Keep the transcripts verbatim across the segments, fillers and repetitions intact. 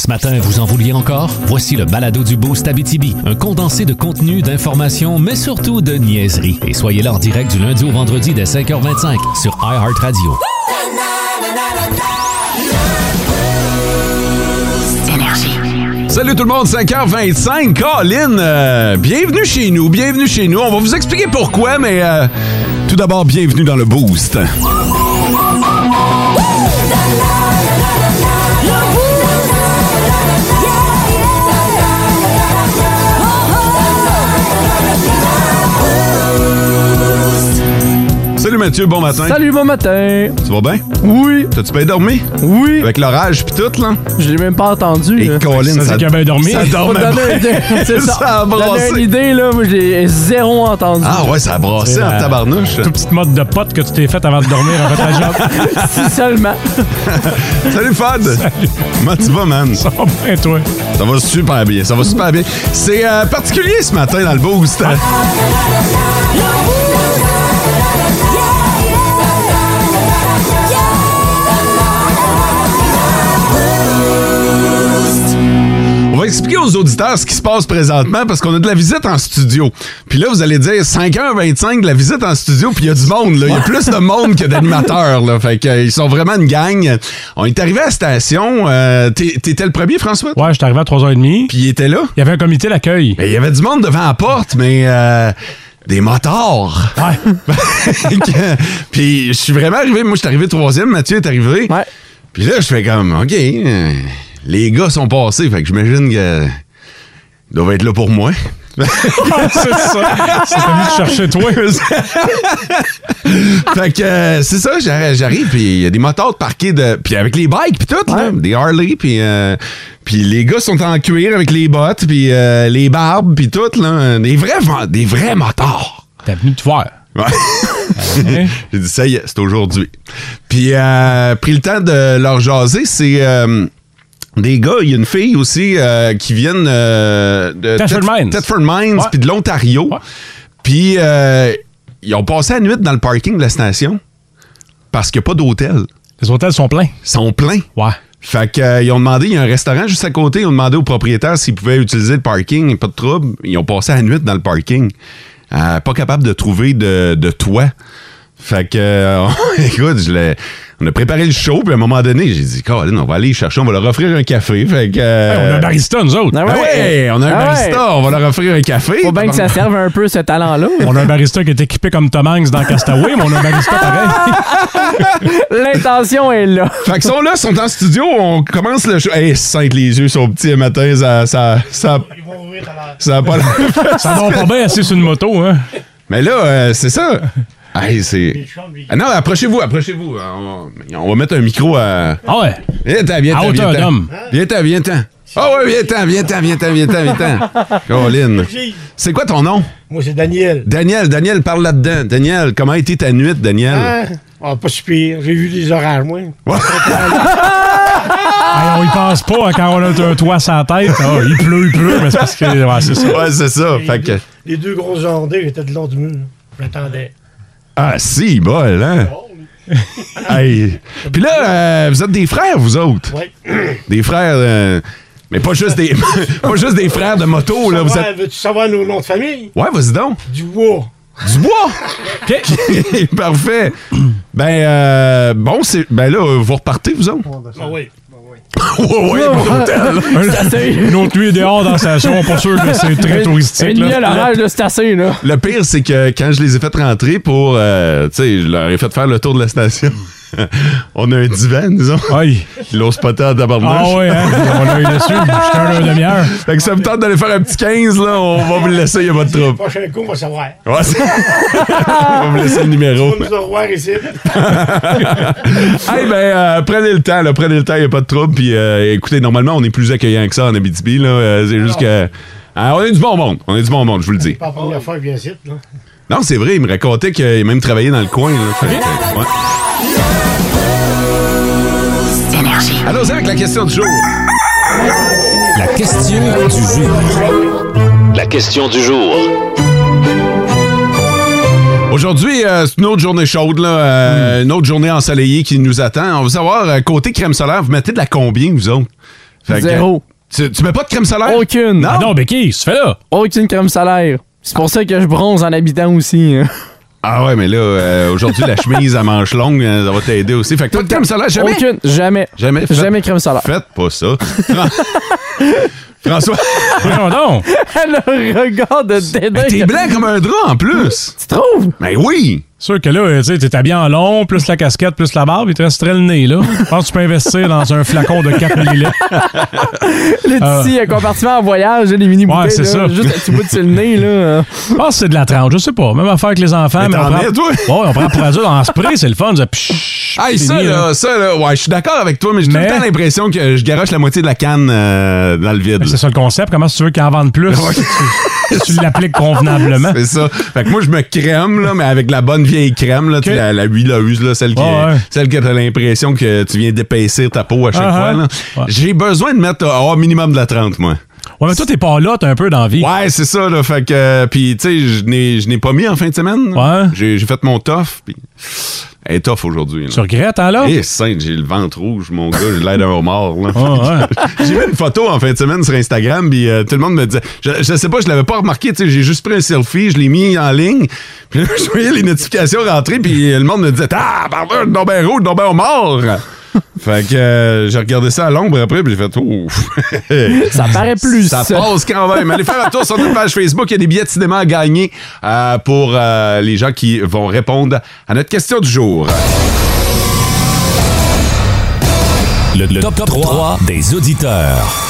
Ce matin, vous en vouliez encore? Voici le balado du Boost Abitibi, un condensé de contenu, d'informations, mais surtout de niaiseries. Et soyez là en direct du lundi au vendredi dès cinq heures vingt-cinq sur iHeartRadio. Salut tout le monde, cinq heures vingt-cinq, Colin, euh, bienvenue chez nous, bienvenue chez nous. On va vous expliquer pourquoi, mais euh, tout d'abord, bienvenue dans le Boost. Salut Mathieu, bon matin. Salut, bon matin. Tu vas bien? Oui. T'as-tu bien dormi? Oui. Avec l'orage pis tout, là? Je l'ai même pas entendu. Et là. Colin, ça, ça, ça dit qu'il a bien dormi. Ça dormait Pour donner bien. une- C'est ça. Ça a Donner brassé. une idée, là, moi, j'ai zéro entendu. Ah ouais, ça a brassé C'est en la- tabarnouche. Toute petite mode de pote que tu t'es faite avant de dormir en fait la job. Si seulement. Salut Fod! Comment tu vas, man? Ça va bien, toi. Ça va super bien, ça va super bien. C'est euh, particulier ce matin dans le Boost. On va expliquer aux auditeurs ce qui se passe présentement parce qu'on a de la visite en studio. Puis là, vous allez dire cinq heures vingt-cinq de la visite en studio, puis il y a du monde. Là. Il y a plus de monde que d'animateurs. Là. Fait que, euh, ils sont vraiment une gang. On est arrivé à la station. Euh, t'es- t'étais le premier, François? Ouais, je suis arrivé à trois heures trente. Puis il était là. Il y avait un comité d'accueil. Ben, il y avait du monde devant la porte, mais euh, des motards. Ouais. Puis je suis vraiment arrivé. Moi, je suis arrivé troisième. Mathieu est arrivé. Ouais. Puis là, je fais comme, OK, euh, les gars sont passés. Fait que j'imagine qu'ils doivent être là pour moi. C'est ça. C'est venu te chercher, toi. Fait que euh, c'est ça, j'arrive, j'arrive puis il y a des motards parqués de, puis avec les bikes puis tout, là, des Harley puis euh, puis les gars sont en cuir avec les bottes puis euh, les barbes puis tout là, des vrais ven- des vrais motards. T'es venu te voir. Ouais. Hein? J'ai dit ça y est, c'est aujourd'hui. Puis euh, pris le temps de leur jaser, c'est euh, des gars, il y a une fille aussi euh, qui viennent euh, de Thetford Tet- Mines. Thetford Mines Ouais. puis de l'Ontario. Ouais. Puis euh, ils ont passé la nuit dans le parking de la station parce qu'il n'y a pas d'hôtel. Les hôtels sont pleins. Ils sont pleins. Ouais. Fait qu'ils euh, ont demandé, il y a un restaurant juste à côté, ils ont demandé au propriétaire s'ils pouvaient utiliser le parking, pas de trouble. Ils ont passé la nuit dans le parking. Euh, pas capable de trouver de, de toit. Fait que, euh, écoute, je l'ai, on a préparé le show, puis à un moment donné, j'ai dit, Colin, on va aller chercher, on va leur offrir un café. Fait que. euh, Hey, on a un barista, nous autres. Ah ah ouais. ouais, on a un Ah barista, ouais. on va leur offrir un café. Faut bien que ça serve un peu ce talent-là. On a un barista qui est équipé comme Tom Hanks dans Castaway, mais on a un barista pareil. L'intention est là. Fait qu'ils sont là, sont en studio, on commence le show. Hey, cinq, les yeux sont petits le matin, ça. ça, ça, ça a pas l'air. Ça va pas bien assis sur une moto, hein. Mais là, euh, c'est ça. Hey, c'est. Ah non, approchez-vous, approchez-vous. On, on va mettre un micro à. Ah ouais. Viens-t'en, viens-t'en. À hauteur viens-t'en. d'homme. Viens-t'en, viens-t'en. Ah ouais, viens-t'en, viens-t'en, viens-t'en, viens-t'en, viens-t'en. Colin. C'est quoi ton nom? Moi, c'est Daniel. Daniel, Daniel, parle là-dedans. Daniel, comment a été ta nuit, Daniel? Ah, ah, pas si pire. J'ai vu des orages, moi. Hey, on y pense pas hein, quand on a un toit sur la tête. Ah, il pleut, il pleut, mais c'est parce que. Ouais, c'est ça. Ouais, c'est ça. Les Fait que. deux- Les deux grosses ondées, j'étais de long du mur. J'attendais. Ah, si, bol, hein? Hey. Puis là, euh, vous êtes des frères, vous autres? Ouais. Des frères. euh, Mais pas juste des. pas juste des frères de moto, là. Vous Savoir- êtes. Veux-tu savoir nos noms de famille? Ouais, vas-y donc. Du bois. Du bois! OK. Parfait. Ben, euh, bon, c'est. Ben là, vous repartez, vous autres? Ah oui. Ouais, ouais, pour l'hôtel. Une autre nuit dehors dans la station, pas sûr que c'est très touristique. Une nuit à Là. l'orage, là, c'est assez, là. Le pire, c'est que quand je les ai fait rentrer pour. Euh, tu sais, je leur ai fait faire le tour de la station. On a un divan, disons. Aïe. Ils l'ont spoté en tabarnouche. Ah ouais, hein? On a eu dessus. J'étais un d'une demi-heure. Fait que ça me tente d'aller faire un petit quinze, là. On va vous le laisser, il a pas de Le trouble. prochain coup, on va savoir. Ouais, c'est- on va vous laisser le numéro. On va nous revoir ici. Hey, ben, euh, prenez le temps, là. Prenez le temps, il a pas de trouble. Puis, euh, écoutez, normalement, on est plus accueillant que ça en Abitibi, là. Euh, c'est juste que. Ah, on est du bon monde. On est du bon monde, je vous le dis. Pas la première fois que je viens ici, là. Non, c'est vrai, il me racontait qu'il a même travaillé dans le coin, là. Fait que, ouais. Allons-y avec la question du jour. La question du jour. La question du jour. Aujourd'hui, euh, c'est une autre journée chaude, là, euh, une autre journée ensoleillée qui nous attend. On veut savoir, euh, côté crème solaire, vous mettez de la combien, vous autres? Fait Zéro. Que, tu, tu mets pas de crème solaire? Aucune. Non? Ah non, Becky, tu fais là. Aucune crème solaire. C'est pour ça que je bronze en habitant aussi. Hein. Ah ouais, mais là, euh, aujourd'hui, la chemise à manches longues, euh, ça va t'aider aussi. Fait que pas de crème solaire, jamais? Aucune. Jamais. Jamais? Faites- Jamais crème solaire. Faites pas ça. François, Voyons donc. Le regard de dédain. t'es blanc comme un drap en plus. Tu trouves? Ben oui. Sûr que là, tu sais, t'es habillé en long, plus la casquette, plus la barbe, il te resterait le nez, là. Je pense que tu peux investir dans un flacon de quatre millilitres. Laetitia, un compartiment en voyage, les mini bouteilles. Ouais, c'est là, ça. Juste un petit bout de le nez, là. Je pense que c'est de la trente, je sais pas. Même affaire avec les enfants. Mais mais t'en on prend... mets, toi? Ouais, on prend pour adulte en spray, c'est le fun. Ça... Pshhh, Hey, ça, fini, là, ça, là, ouais, je suis d'accord avec toi, mais j'ai tout Mais- le temps l'impression que je garoche la moitié de la canne euh, dans le vide. C'est ça le concept. Comment tu veux qu'il en vende plus? tu, tu l'appliques convenablement. C'est ça. Fait que moi, je me crème, là, mais avec la bonne vieille crème, là, tu sais, la, la huileuse, là, celle qui, Ah ouais. celle que t'as l'impression que tu viens d'épaissir ta peau à chaque Ah fois. Là. ouais. J'ai besoin de mettre au minimum de la trente, moi. Ouais, mais toi, t'es pas là, t'as un peu d'envie. Ouais, c'est ça, là. Fait que, euh, puis, tu sais, je n'ai, je n'ai pas mis en fin de semaine. Ouais. J'ai, j'ai fait mon tough, puis elle est tough aujourd'hui. là. Tu regrettes, hein, là? Eh, sainte, j'ai le ventre rouge, mon gars, j'ai l'air d'un homard, là. Ah, ouais. J'ai vu une photo en fin de semaine sur Instagram, puis euh, tout le monde me disait, je, je sais pas, je l'avais pas remarqué, tu sais, j'ai juste pris un selfie, je l'ai mis en ligne, puis là, je voyais les notifications rentrer, puis le monde me disait, ah, pardon, non ben rouge, non ben homard. Fait que euh, j'ai regardé ça à l'ombre après, puis j'ai fait, ouf. Ça paraît plus. Ça passe quand même. Allez faire un tour sur notre page Facebook. Il y a des billets de cinéma à gagner euh, pour euh, les gens qui vont répondre à notre question du jour. Le, le top, trois des auditeurs.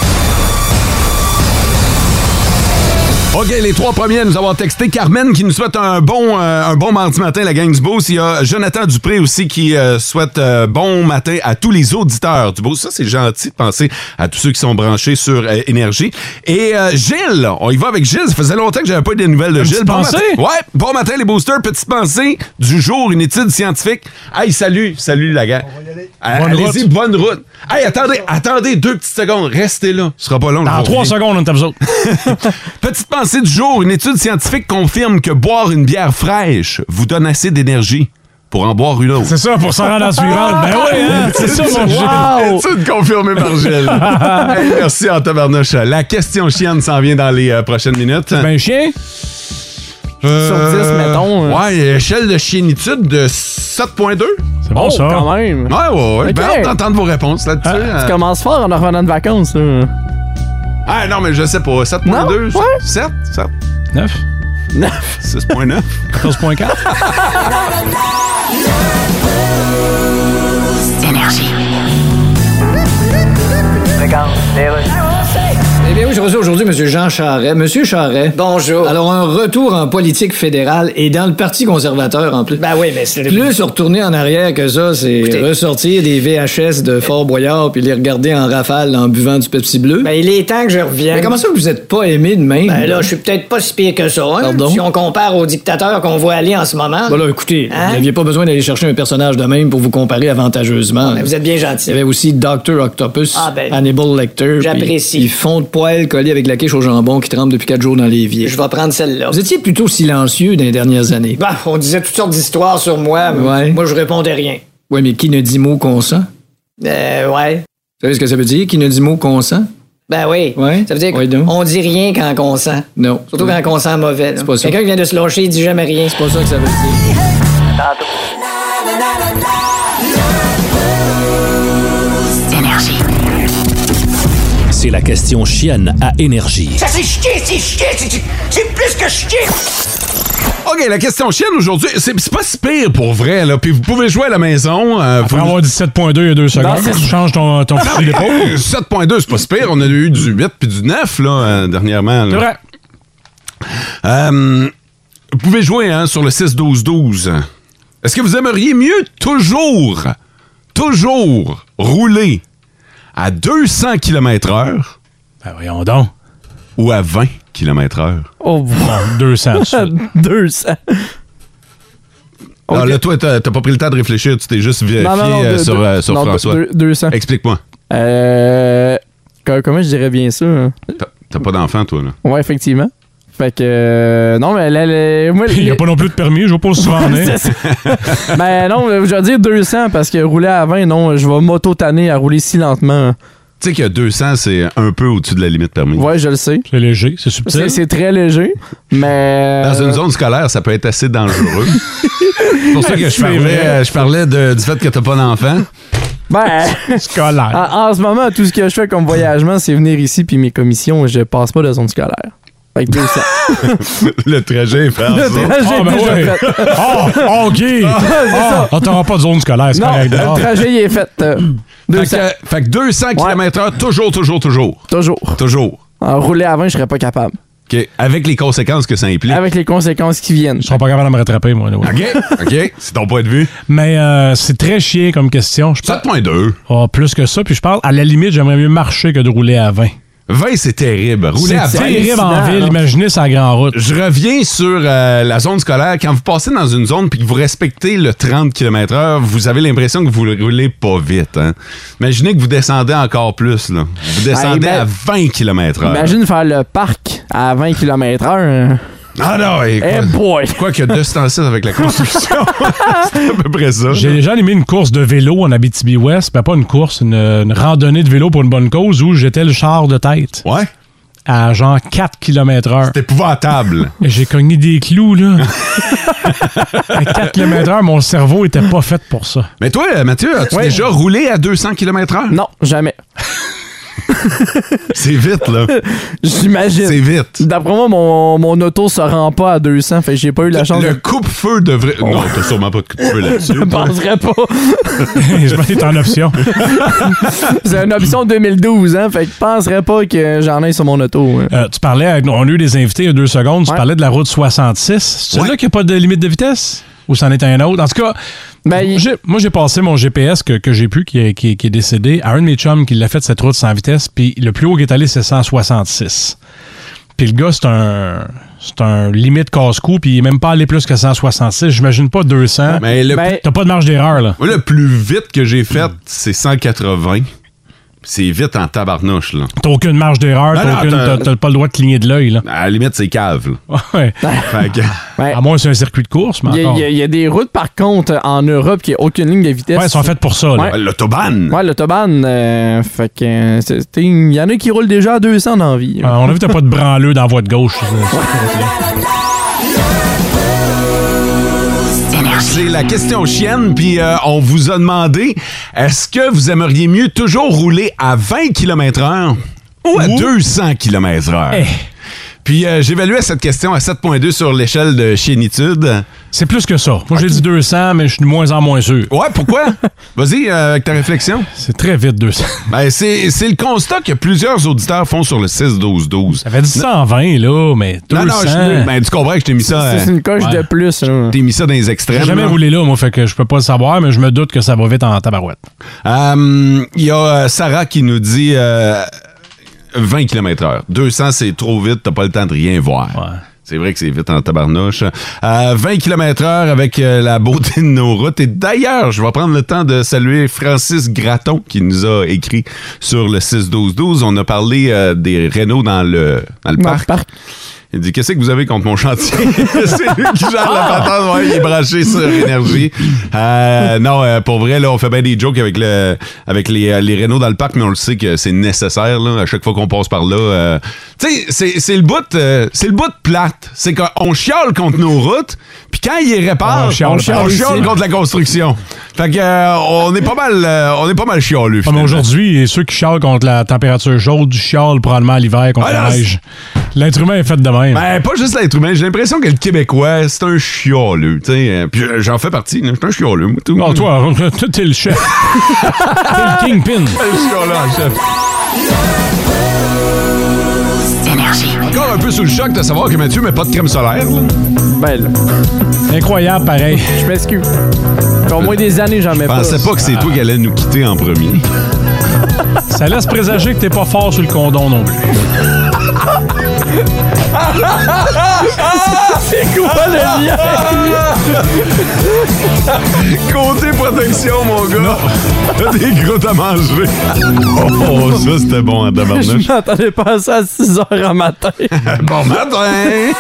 OK, les trois premiers à nous avoir texté. Carmen qui nous souhaite un bon, euh, un bon mardi matin, la gang du Boost. Il y a Jonathan Dupré aussi qui euh, souhaite euh, bon matin à tous les auditeurs du Boost. Ça, c'est gentil de penser à tous ceux qui sont branchés sur euh, Énergie. Et euh, Gilles, on y va avec Gilles. Ça faisait longtemps que j'avais pas eu des nouvelles de Une Gilles. petite Bon pensée? matin. Ouais, bon matin les boosters. Petite pensée du jour, une étude scientifique. Hey, salut, salut la gang. Euh, Bonne Allez-y, route. bonne route. Hey, attendez, attendez deux petites secondes. Restez là. Ce sera pas long. je Dans vous trois reviens. secondes, on est à vous autres. Petite pensée du jour, une étude scientifique confirme que boire une bière fraîche vous donne assez d'énergie pour en boire une autre. C'est ça, pour s'en rendre à la suivante. Ben oui, hein? C'est ça, mon Gilles. Wow! Étude confirmée par Gilles. Hey, merci en tabarnouche. La question chienne s'en vient dans les euh, prochaines minutes. Ben chien? Euh, sur dix, mettons, euh. Ouais, échelle de chienitude de sept virgule deux. C'est bon, Oh, ça. quand même. Ouais, ouais, ouais. Ok. Ben, hâte d'entendre vos réponses là-dessus. Ah, Euh, Tu commences fort en revenant de vacances, là. Ah non, mais je sais pas. sept virgule deux? Non, ouais. sept? sept? neuf? six virgule neuf? quatorze virgule quatre? Eh bien oui, je reçois aujourd'hui M. Jean Charest. Monsieur Charest. Bonjour. Alors, un retour en politique fédérale et dans le Parti conservateur en plus. Ben oui, mais c'est... Plus retourner en arrière que ça, c'est ressortir des V H S de Fort Boyard puis les regarder en rafale en buvant du Pepsi bleu. Ben, il est temps que je revienne. Mais comment ça que vous êtes pas aimé de même? Ben là, je suis peut-être pas si pire que ça, hein? Pardon? Si on compare aux dictateurs qu'on voit aller en ce moment. Ben là, écoutez, Hein? vous n'aviez pas besoin d'aller chercher un personnage de même pour vous comparer avantageusement. Ben, vous êtes bien Il y gentil. avait aussi docteur Octopus, Ah, ben, Hannibal Lecter. j'apprécie. puis- puis fond de poêle collé avec la quiche au jambon qui trempe depuis quatre jours dans l'évier. Je vais prendre celle-là. Vous étiez plutôt silencieux dans les dernières années. Ben, on disait toutes sortes d'histoires sur moi. mais Ouais. Moi, je répondais rien. Ouais, mais qui ne dit mot consent? Euh, ouais. Vous savez ce que ça veut dire, qui ne dit mot consent? Ben oui. Ouais. Ça veut dire Ouais, donc. qu'on dit rien quand on sent. Non. Surtout quand on sent mauvais. là. C'est pas ça. Quelqu'un qui vient de se lâcher, il dit jamais rien. C'est pas ça que ça veut dire. C'est la question chienne à Énergie. Ça c'est chier, c'est chier, c'est c'est plus que chier. OK, la question chienne aujourd'hui, c'est c'est pas si pire pour vrai, là. Puis vous pouvez jouer à la maison. Euh, Après vous- avoir dit sept virgule deux il y a deux secondes, c'est- tu changes ton, ton fusil d'épaule. Euh, sept virgule deux, c'est pas si pire. On a eu du huit puis du neuf, là, euh, dernièrement. là. C'est vrai. Euh, vous pouvez jouer hein, sur le six douze douze. Est-ce que vous aimeriez mieux toujours, toujours rouler à deux cents kilomètres heure Ben voyons donc. ou à vingt kilomètres heure? Oh, Bon, deux cents. ça. deux cents. Alors Ok. là, toi, t'as t'as pas pris le temps de réfléchir, tu t'es juste vérifié Non, non, non, euh, deux- sur, deux- euh, sur non, François. deux- deux cents. Explique-moi. Euh. co- Comment je dirais bien ça? hein? T'as- T'as pas d'enfant, toi, là? Ouais, effectivement. Fait que. euh, non, mais là, là, moi. Il n'y a pas non plus de permis, je vois pas souvent en C'est ça. Ben non, je vais dire deux cents parce que rouler à vingt, non, je vais m'auto-tanner à rouler si lentement. Tu sais que deux cents, c'est un peu au-dessus de la limite permise. Ouais, je le sais. C'est léger, c'est subtil. C'est, c'est très léger, mais... Dans une zone scolaire, ça peut être assez dangereux. C'est pour ça que je parlais, je parlais de, du fait que t'as pas d'enfant. Ben, scolaire. En, en ce moment, tout ce que je fais comme voyagement, c'est venir ici, puis mes commissions, je passe pas de zone scolaire. Fait que deux cents. Le trajet est fait. Le trajet Ah, ben est déjà ouais. fait. Oh, OK. Ah, c'est ça. Ah, t'auras pas de zone scolaire, c'est Non, correct. le trajet, il est fait. euh, deux Fait cents. que, fait que deux cents kilomètres heure, toujours, toujours, toujours. Toujours. Toujours. En rouler à vingt, je serais pas capable. OK. Avec les conséquences que ça implique. Avec les conséquences qui viennent. Ils seront pas capables de me rattraper, moi. Là, ouais. OK. OK. C'est ton point de vue. Mais euh, c'est très chiant comme question. Je sept virgule deux. Ah, plus que ça. Puis je parle, à la limite, j'aimerais mieux marcher que de rouler à vingt. vingt, c'est terrible. Rouler à vingt. C'est terrible en ville. Imaginez ça à grande route. Je reviens sur euh, la zone scolaire. Quand vous passez dans une zone puis que vous respectez le trente kilomètres heure, vous avez l'impression que vous ne roulez pas vite. Hein? Imaginez que vous descendez encore plus. Là. Vous descendez Ah, à vingt kilomètres heure. Imagine faire le parc à vingt kilomètres heure. Ah non, écoute, hey boy! Quoi que de ce temps-ci avec la construction, c'est à peu près ça. J'ai déjà animé une course de vélo en Abitibi-Ouest. Ben, pas une course, une, une randonnée de vélo pour une bonne cause où j'étais le char de tête. Ouais. À genre quatre kilomètres heure. C'est épouvantable. J'ai cogné des clous, là. À quatre kilomètres heure, mon cerveau était pas fait pour ça. Mais toi, Mathieu, as-tu Oui. déjà roulé à deux cents kilomètres heure? Non, jamais. C'est vite, là. J'imagine. C'est vite. D'après moi, mon, mon auto se rend pas à deux cents, fait que j'ai pas eu la chance Le de... coupe-feu devrait... Non, t'as sûrement pas de coup-de-feu là-dessus. Je penserais pas. Je vais être en option. C'est une option deux mille douze, hein, fait que je penserais pas que j'en ai sur mon auto. Hein. Euh, tu parlais, avec- on a eu des invités il y a deux secondes, tu Ouais. parlais de la route soixante-six. C'est Ouais. celui-là qui n'a pas de limite de vitesse? Ou c'en est un autre? En tout cas, Ben, il- j'ai- moi, j'ai passé mon G P S que, que j'ai pu, qui est, qui, est- qui est décédé, à un de mes chums qui l'a fait cette route sans vitesse, puis le plus haut qui est allé, c'est cent soixante-six. Puis le gars, c'est un, c'est un limite casse-cou, puis il est même pas allé plus que cent soixante-six. J'imagine pas deux cents. Mais le, Ben, T'as pas de marge d'erreur, là. moi, le plus vite que j'ai fait, c'est cent quatre-vingts. C'est vite en tabarnouche, là. T'as aucune marge d'erreur, Ben t'as, non, aucune- t'as- t'as- t'as pas le droit de cligner de l'œil, là. À la limite, c'est cave, là. Ouais. Fait que... ben, À moins que c'est un circuit de course, mais il y, a- encore. il y a- il y a des routes, par contre, en Europe qui n'ont aucune ligne de vitesse. Ouais, ils sont faites pour ça, là. Ouais. L'autobahn. Ouais, l'autobahn, euh, fait que... euh, c'est- t'sais, il y en a qui roulent déjà à deux cents dans la vie. Euh, on a vu que t'as pas de branleux dans la voie de gauche. ça, cette route-là. C'est la question chienne, puis euh, on vous a demandé, est-ce que vous aimeriez mieux toujours rouler à vingt kilomètres heure ou à deux cents kilomètres heure? Eh. Puis euh, j'évaluais cette question à sept virgule deux sur l'échelle de chienitude. C'est plus que ça. Moi, j'ai dit deux cents, mais je suis de moins en moins sûr. Ouais, pourquoi? Vas-y, euh, avec ta réflexion. C'est très vite, deux cents. Ben, c'est c'est le constat que plusieurs auditeurs font sur le six douze douze. Ça fait du cent vingt, là, mais deux cents. Non, non, je, ben, tu comprends que je t'ai mis ça, euh, C'est une coche ouais. de plus. Là. t'ai mis ça dans les extrêmes. J'ai jamais là. roulé là, moi, fait que je peux pas le savoir, mais je me doute que ça va vite en tabarouette. Il y a euh, Sarah qui nous dit euh, vingt kilomètres heure. deux cents, c'est trop vite, t'as pas le temps de rien voir. Ouais. C'est vrai que c'est vite en tabarnouche. Euh, vingt kilomètres heure avec euh, la beauté de nos routes. Et d'ailleurs, je vais prendre le temps de saluer Francis Gratton qui nous a écrit sur le six douze douze. On a parlé euh, des rénaux dans le, dans le Dans le parc. parc. Il dit, qu'est-ce que vous avez contre mon chantier? C'est lui qui gère la patente. Ouais, il est branché sur énergie. Euh, non, euh, pour vrai, là, on fait bien des jokes avec le, avec les, euh, les rénaux dans le parc, mais on le sait que c'est nécessaire, là, à chaque fois qu'on passe par là. Euh, tu sais, c'est, c'est le bout, euh, c'est le bout plate. C'est qu'on chiale contre nos routes, puis quand ils les réparent, On chiale on par chiale ici. contre la construction. Fait que, euh, on est pas mal, euh, on est pas mal chialeux, Ah, mais finalement. aujourd'hui, ceux qui chialent contre la température chaude, chialent probablement à l'hiver contre Ah, la non, neige. L'être humain est fait de même. Ben, pas juste l'être humain. J'ai l'impression que le Québécois, c'est un chialeux. Tu sais, puis j'en fais partie. là. Je suis un chialeux, moi, tout. Oh, toi, toi, t'es le chef. T'es le kingpin. Je suis chialeux en chef. Encore un peu sous le choc de savoir que Mathieu met pas de crème solaire. là. Ben, là, Incroyable, pareil. je m'excuse. Ça fait au moins des années, j'en mets Je pas. pensais pas que c'est toi qui allais nous quitter en premier. Ça laisse présager que t'es pas fort sur le condom non plus. C'est quoi le lien? Côté protection, mon gars. T'as des croûtes à manger. Oh, ça, c'était bon en Je tabarnouche. m'attendais pas à ça à six heures en matin. Bon matin!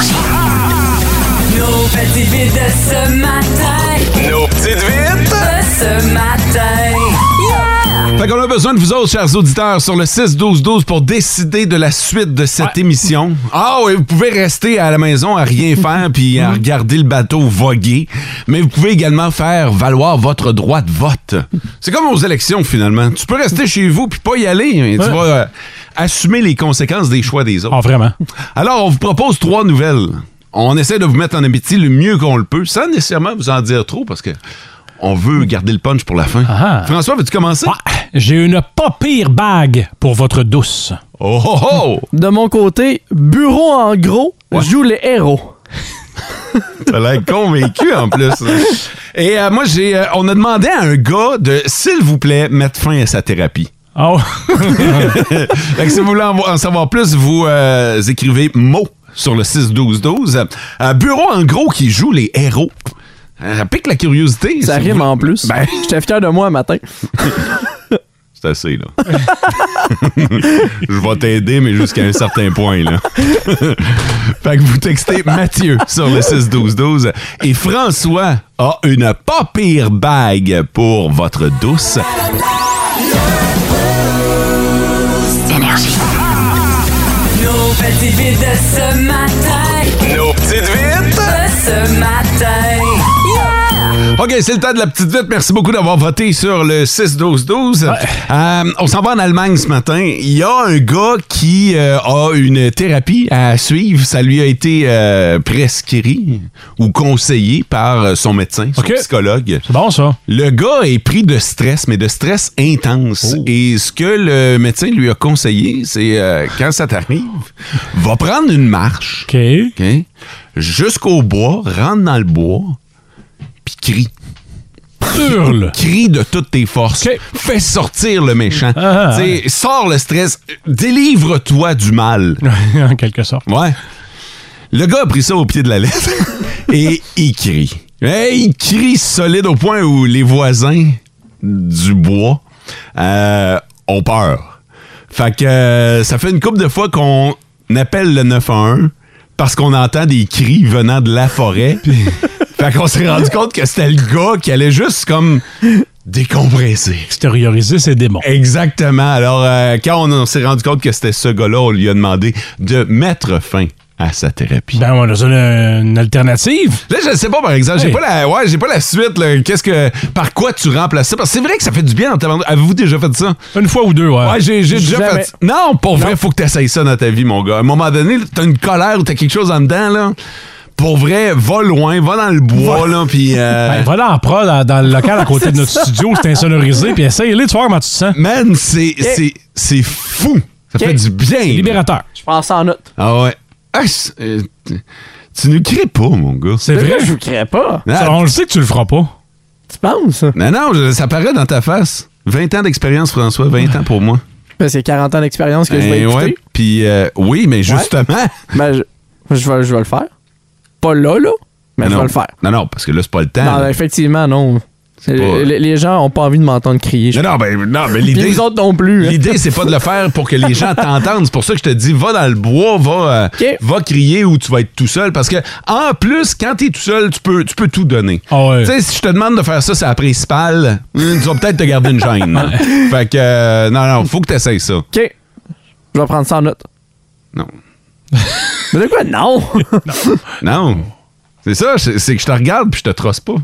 Nos petites vites de ce matin. Nos petites vites! De ce matin. Yeah! Fait qu'on a besoin de vous autres, chers auditeurs, sur le six douze douze pour décider de la suite de cette ouais. émission. Ah oui, vous pouvez rester à la maison à rien faire puis à regarder le bateau voguer, mais vous pouvez également faire valoir votre droit de vote. C'est comme aux élections, finalement. Tu peux rester chez vous puis pas y aller. Et ouais. Tu vas euh, assumer les conséquences des choix des autres. Ah, vraiment? Alors, on vous propose trois nouvelles. On essaie de vous mettre en appétit le mieux qu'on le peut, sans nécessairement vous en dire trop, parce que on veut garder le punch pour la fin. Ah. François, veux-tu commencer? Ouais. J'ai une pas pire bague pour votre douce. Oh oh oh! De mon côté, Bureau en gros ouais. joue les héros. T'as l'air convaincu en plus. Et euh, moi, j'ai, euh, on a demandé à un gars de, s'il vous plaît, mettre fin à sa thérapie. Oh! Fait que si vous voulez en, en savoir plus, vous euh, écrivez mots sur le six douze douze. Euh, Bureau en gros qui joue les héros. Ça pique la curiosité. Ça rime en plus. Ben... J'étais fier de moi un matin. C'est assez, là. Je vais t'aider, mais jusqu'à un certain point, là. Fait que vous textez Mathieu sur le six douze douze. Et François a une pas pire bague pour votre douce. Énergie. Nos petites vites de ce matin. Nos petites vites de ce matin. OK, c'est le temps de la petite vite. Merci beaucoup d'avoir voté sur le six douze douze. Ouais. Euh, on s'en va en Allemagne ce matin. Il y a un gars qui euh, a une thérapie à suivre. Ça lui a été euh, prescrit ou conseillé par son médecin, son okay. psychologue. C'est bon, ça. Le gars est pris de stress, mais de stress intense. Oh. Et ce que le médecin lui a conseillé, c'est euh, quand ça t'arrive, va prendre une marche. OK. Okay, jusqu'au bois, rentre dans le bois, puis crie. Hurle. Crie de toutes tes forces. Okay. Fais sortir le méchant. Ah, ah. Sors le stress. Délivre-toi du mal. En quelque sorte. Ouais. Le gars a pris ça au pied de la lettre et il crie. Et il crie solide au point où les voisins du bois euh, ont peur. Fait que euh, ça fait une couple de fois qu'on appelle le neuf un un parce qu'on entend des cris venant de la forêt. Fait qu'on s'est rendu compte que c'était le gars qui allait juste comme décompresser. Extérioriser ses démons. Exactement. Alors, euh, quand on, on s'est rendu compte que c'était ce gars-là, on lui a demandé de mettre fin à sa thérapie. Ben, on a une, une alternative. Là, je ne sais pas, par exemple. Hey. J'ai pas la, ouais, j'ai pas la suite. Là. Qu'est-ce que, par quoi tu remplaces ça? Parce que c'est vrai que ça fait du bien en tabarnak. Avez-vous déjà fait ça? Une fois ou deux, ouais. Ouais, j'ai, j'ai déjà Jamais. fait ça. Non, pour vrai, il faut que tu essayes ça dans ta vie, mon gars. À un moment donné, t'as une colère ou t'as quelque chose en dedans, là. Pour vrai, va loin, va dans le bois, là, puis... Euh... Ben, va dans la prod, dans, dans le local à côté de notre studio, c'est insonorisé, puis essaye-le, tu vois comment tu te sens. Man, c'est, okay. c'est, c'est fou. Ça okay. fait du bien. C'est libérateur. Je prends ça en note. Ah ouais. Ah, euh, tu ne crées pas, mon gars. C'est vrai? Je ne crée pas. Ah, on le sait que tu le feras pas. Tu penses? Non, non, ça paraît dans ta face. vingt ans d'expérience, François, vingt ans pour moi. Ben, c'est quarante ans d'expérience que ben, je vais écouter. Ouais, puis euh, oui, mais justement... Ouais. Ben, je, je, vais, je vais le faire. Pas là, là, mais non, je vais le faire. Non, non, parce que là, c'est pas le temps. Non, là. Effectivement, non. Pas... Les, les gens ont pas envie de m'entendre crier. Non, non, ben, non, mais l'idée... Puis les autres non plus. Hein. L'idée, c'est pas de le faire pour que les gens t'entendent. C'est pour ça que je te dis, va dans le bois, va, euh, okay. va crier ou tu vas être tout seul. Parce que, en plus, quand t'es tout seul, tu peux, tu peux tout donner. Oh ouais. Tu sais, si je te demande de faire ça, c'est la principale, tu vas peut-être te garder une gêne. Fait que, euh, non, non, faut que t'essayes ça. OK. Je vais prendre ça en note. Non. Mais de quoi? Non! non. Non. C'est ça, c'est que je te regarde puis je te trosse pas.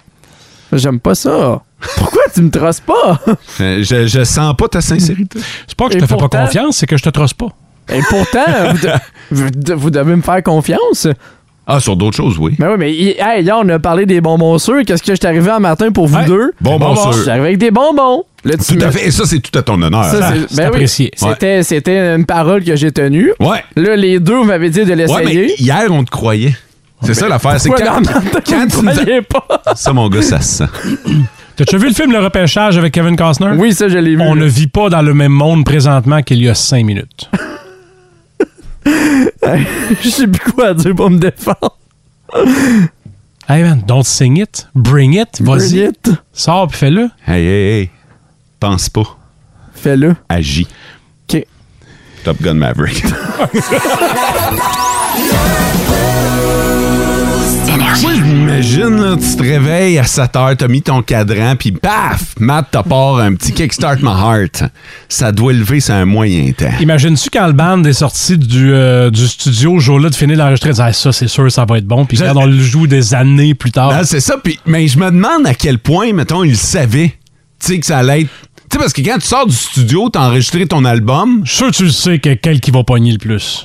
J'aime pas ça. Pourquoi tu me trosses pas? je, je sens pas ta sincérité. C'est pas que je Et te pourtant, fais pas confiance, c'est que je te trosse pas. Et pourtant, vous, de, vous, de, vous devez me faire confiance. Ah, sur d'autres choses, oui. Mais oui, mais hey, là, on a parlé des bonbons sûrs. Qu'est-ce que je suis arrivé un matin pour vous hey, deux? Bonbons sûrs. Je suis arrivé avec des bonbons. Là, tout à fait. Et ça, c'est tout à ton honneur. Ça, c'est, ben apprécié. Oui, c'était, ouais. c'était une parole que j'ai tenue. Ouais. Là, les deux, vous m'avez dit de l'essayer. Ouais, mais hier, on te croyait. C'est ben, ça l'affaire. C'est quand, quand tu ne croyais pas. Ça, mon gars, ça se sent. T'as-tu vu le film Le Repêchage avec Kevin Costner? Oui, ça, je l'ai vu. On là. ne vit pas dans le même monde présentement qu'il y a cinq minutes. Je sais plus quoi dire pour me défendre. Hey man, don't sing it. Bring it. Vas-y. Bring it. Sors puis fais-le. Hey, hey, hey. Pense pas. Fais-le. Agis. OK. Top Gun Maverick. Moi, je m'imagine, là, tu te réveilles à sept heures, t'as mis ton cadran, puis paf, Matt, t'as part un petit Kickstart My Heart. Ça doit lever, c'est un moyen temps. Imagines-tu quand le band est sorti du, euh, du studio, le jour-là, de finir l'enregistrer, ah, ça, c'est sûr, ça va être bon. Puis Je... quand on le joue des années plus tard. Non, c'est ça, puis, mais je me demande à quel point, mettons, il savait, tu sais, que ça allait être. Tu sais, parce que quand tu sors du studio, t'as enregistré ton album. Je suis sûr que tu le sais que quel qui va pogner le plus.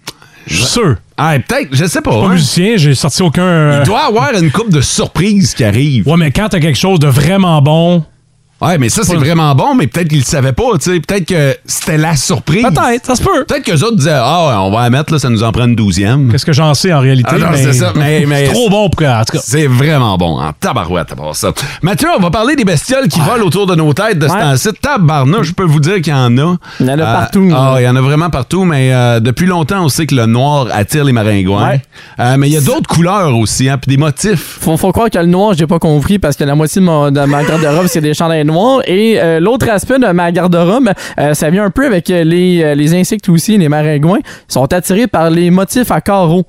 Je suis sûr. Ah, peut-être, je sais pas. Je suis pas hein? musicien, j'ai sorti aucun... Euh... Il doit y avoir une couple de surprises qui arrivent. Ouais, mais quand t'as quelque chose de vraiment bon... Ouais, mais ça, c'est pas... vraiment bon, mais peut-être qu'ils le savaient pas, tu sais. Peut-être que c'était la surprise. Peut-être, ça se peut. Peut-être qu'eux autres disaient, ah, ouais, on va la mettre, là, ça nous en prend une douzième. Qu'est-ce que j'en sais en réalité? Ah non, mais... c'est ça. Mais, mais c'est trop bon pour que, en tout cas. C'est vraiment bon, en tabarouette à part ça. Mathieu, on va parler des bestioles qui ouais. volent autour de nos têtes de ce ouais. temps-ci. Tabarnouche, je peux vous dire qu'il y en a. Il y en a euh, partout. Ah, il y en a vraiment partout, mais euh, depuis longtemps, on sait que le noir attire les maringouins. Ouais. Euh, mais il y a d'autres couleurs aussi, hein, puis des motifs. Faut, faut croire que le noir, j'ai pas compris, parce que la moitié de, mon, de ma garde-robe, c'est des chandails noirs. Et euh, l'autre aspect de ma garde-robe, euh, ça vient un peu avec les, euh, les insectes aussi, les maringouins. Ils sont attirés par les motifs à carreaux.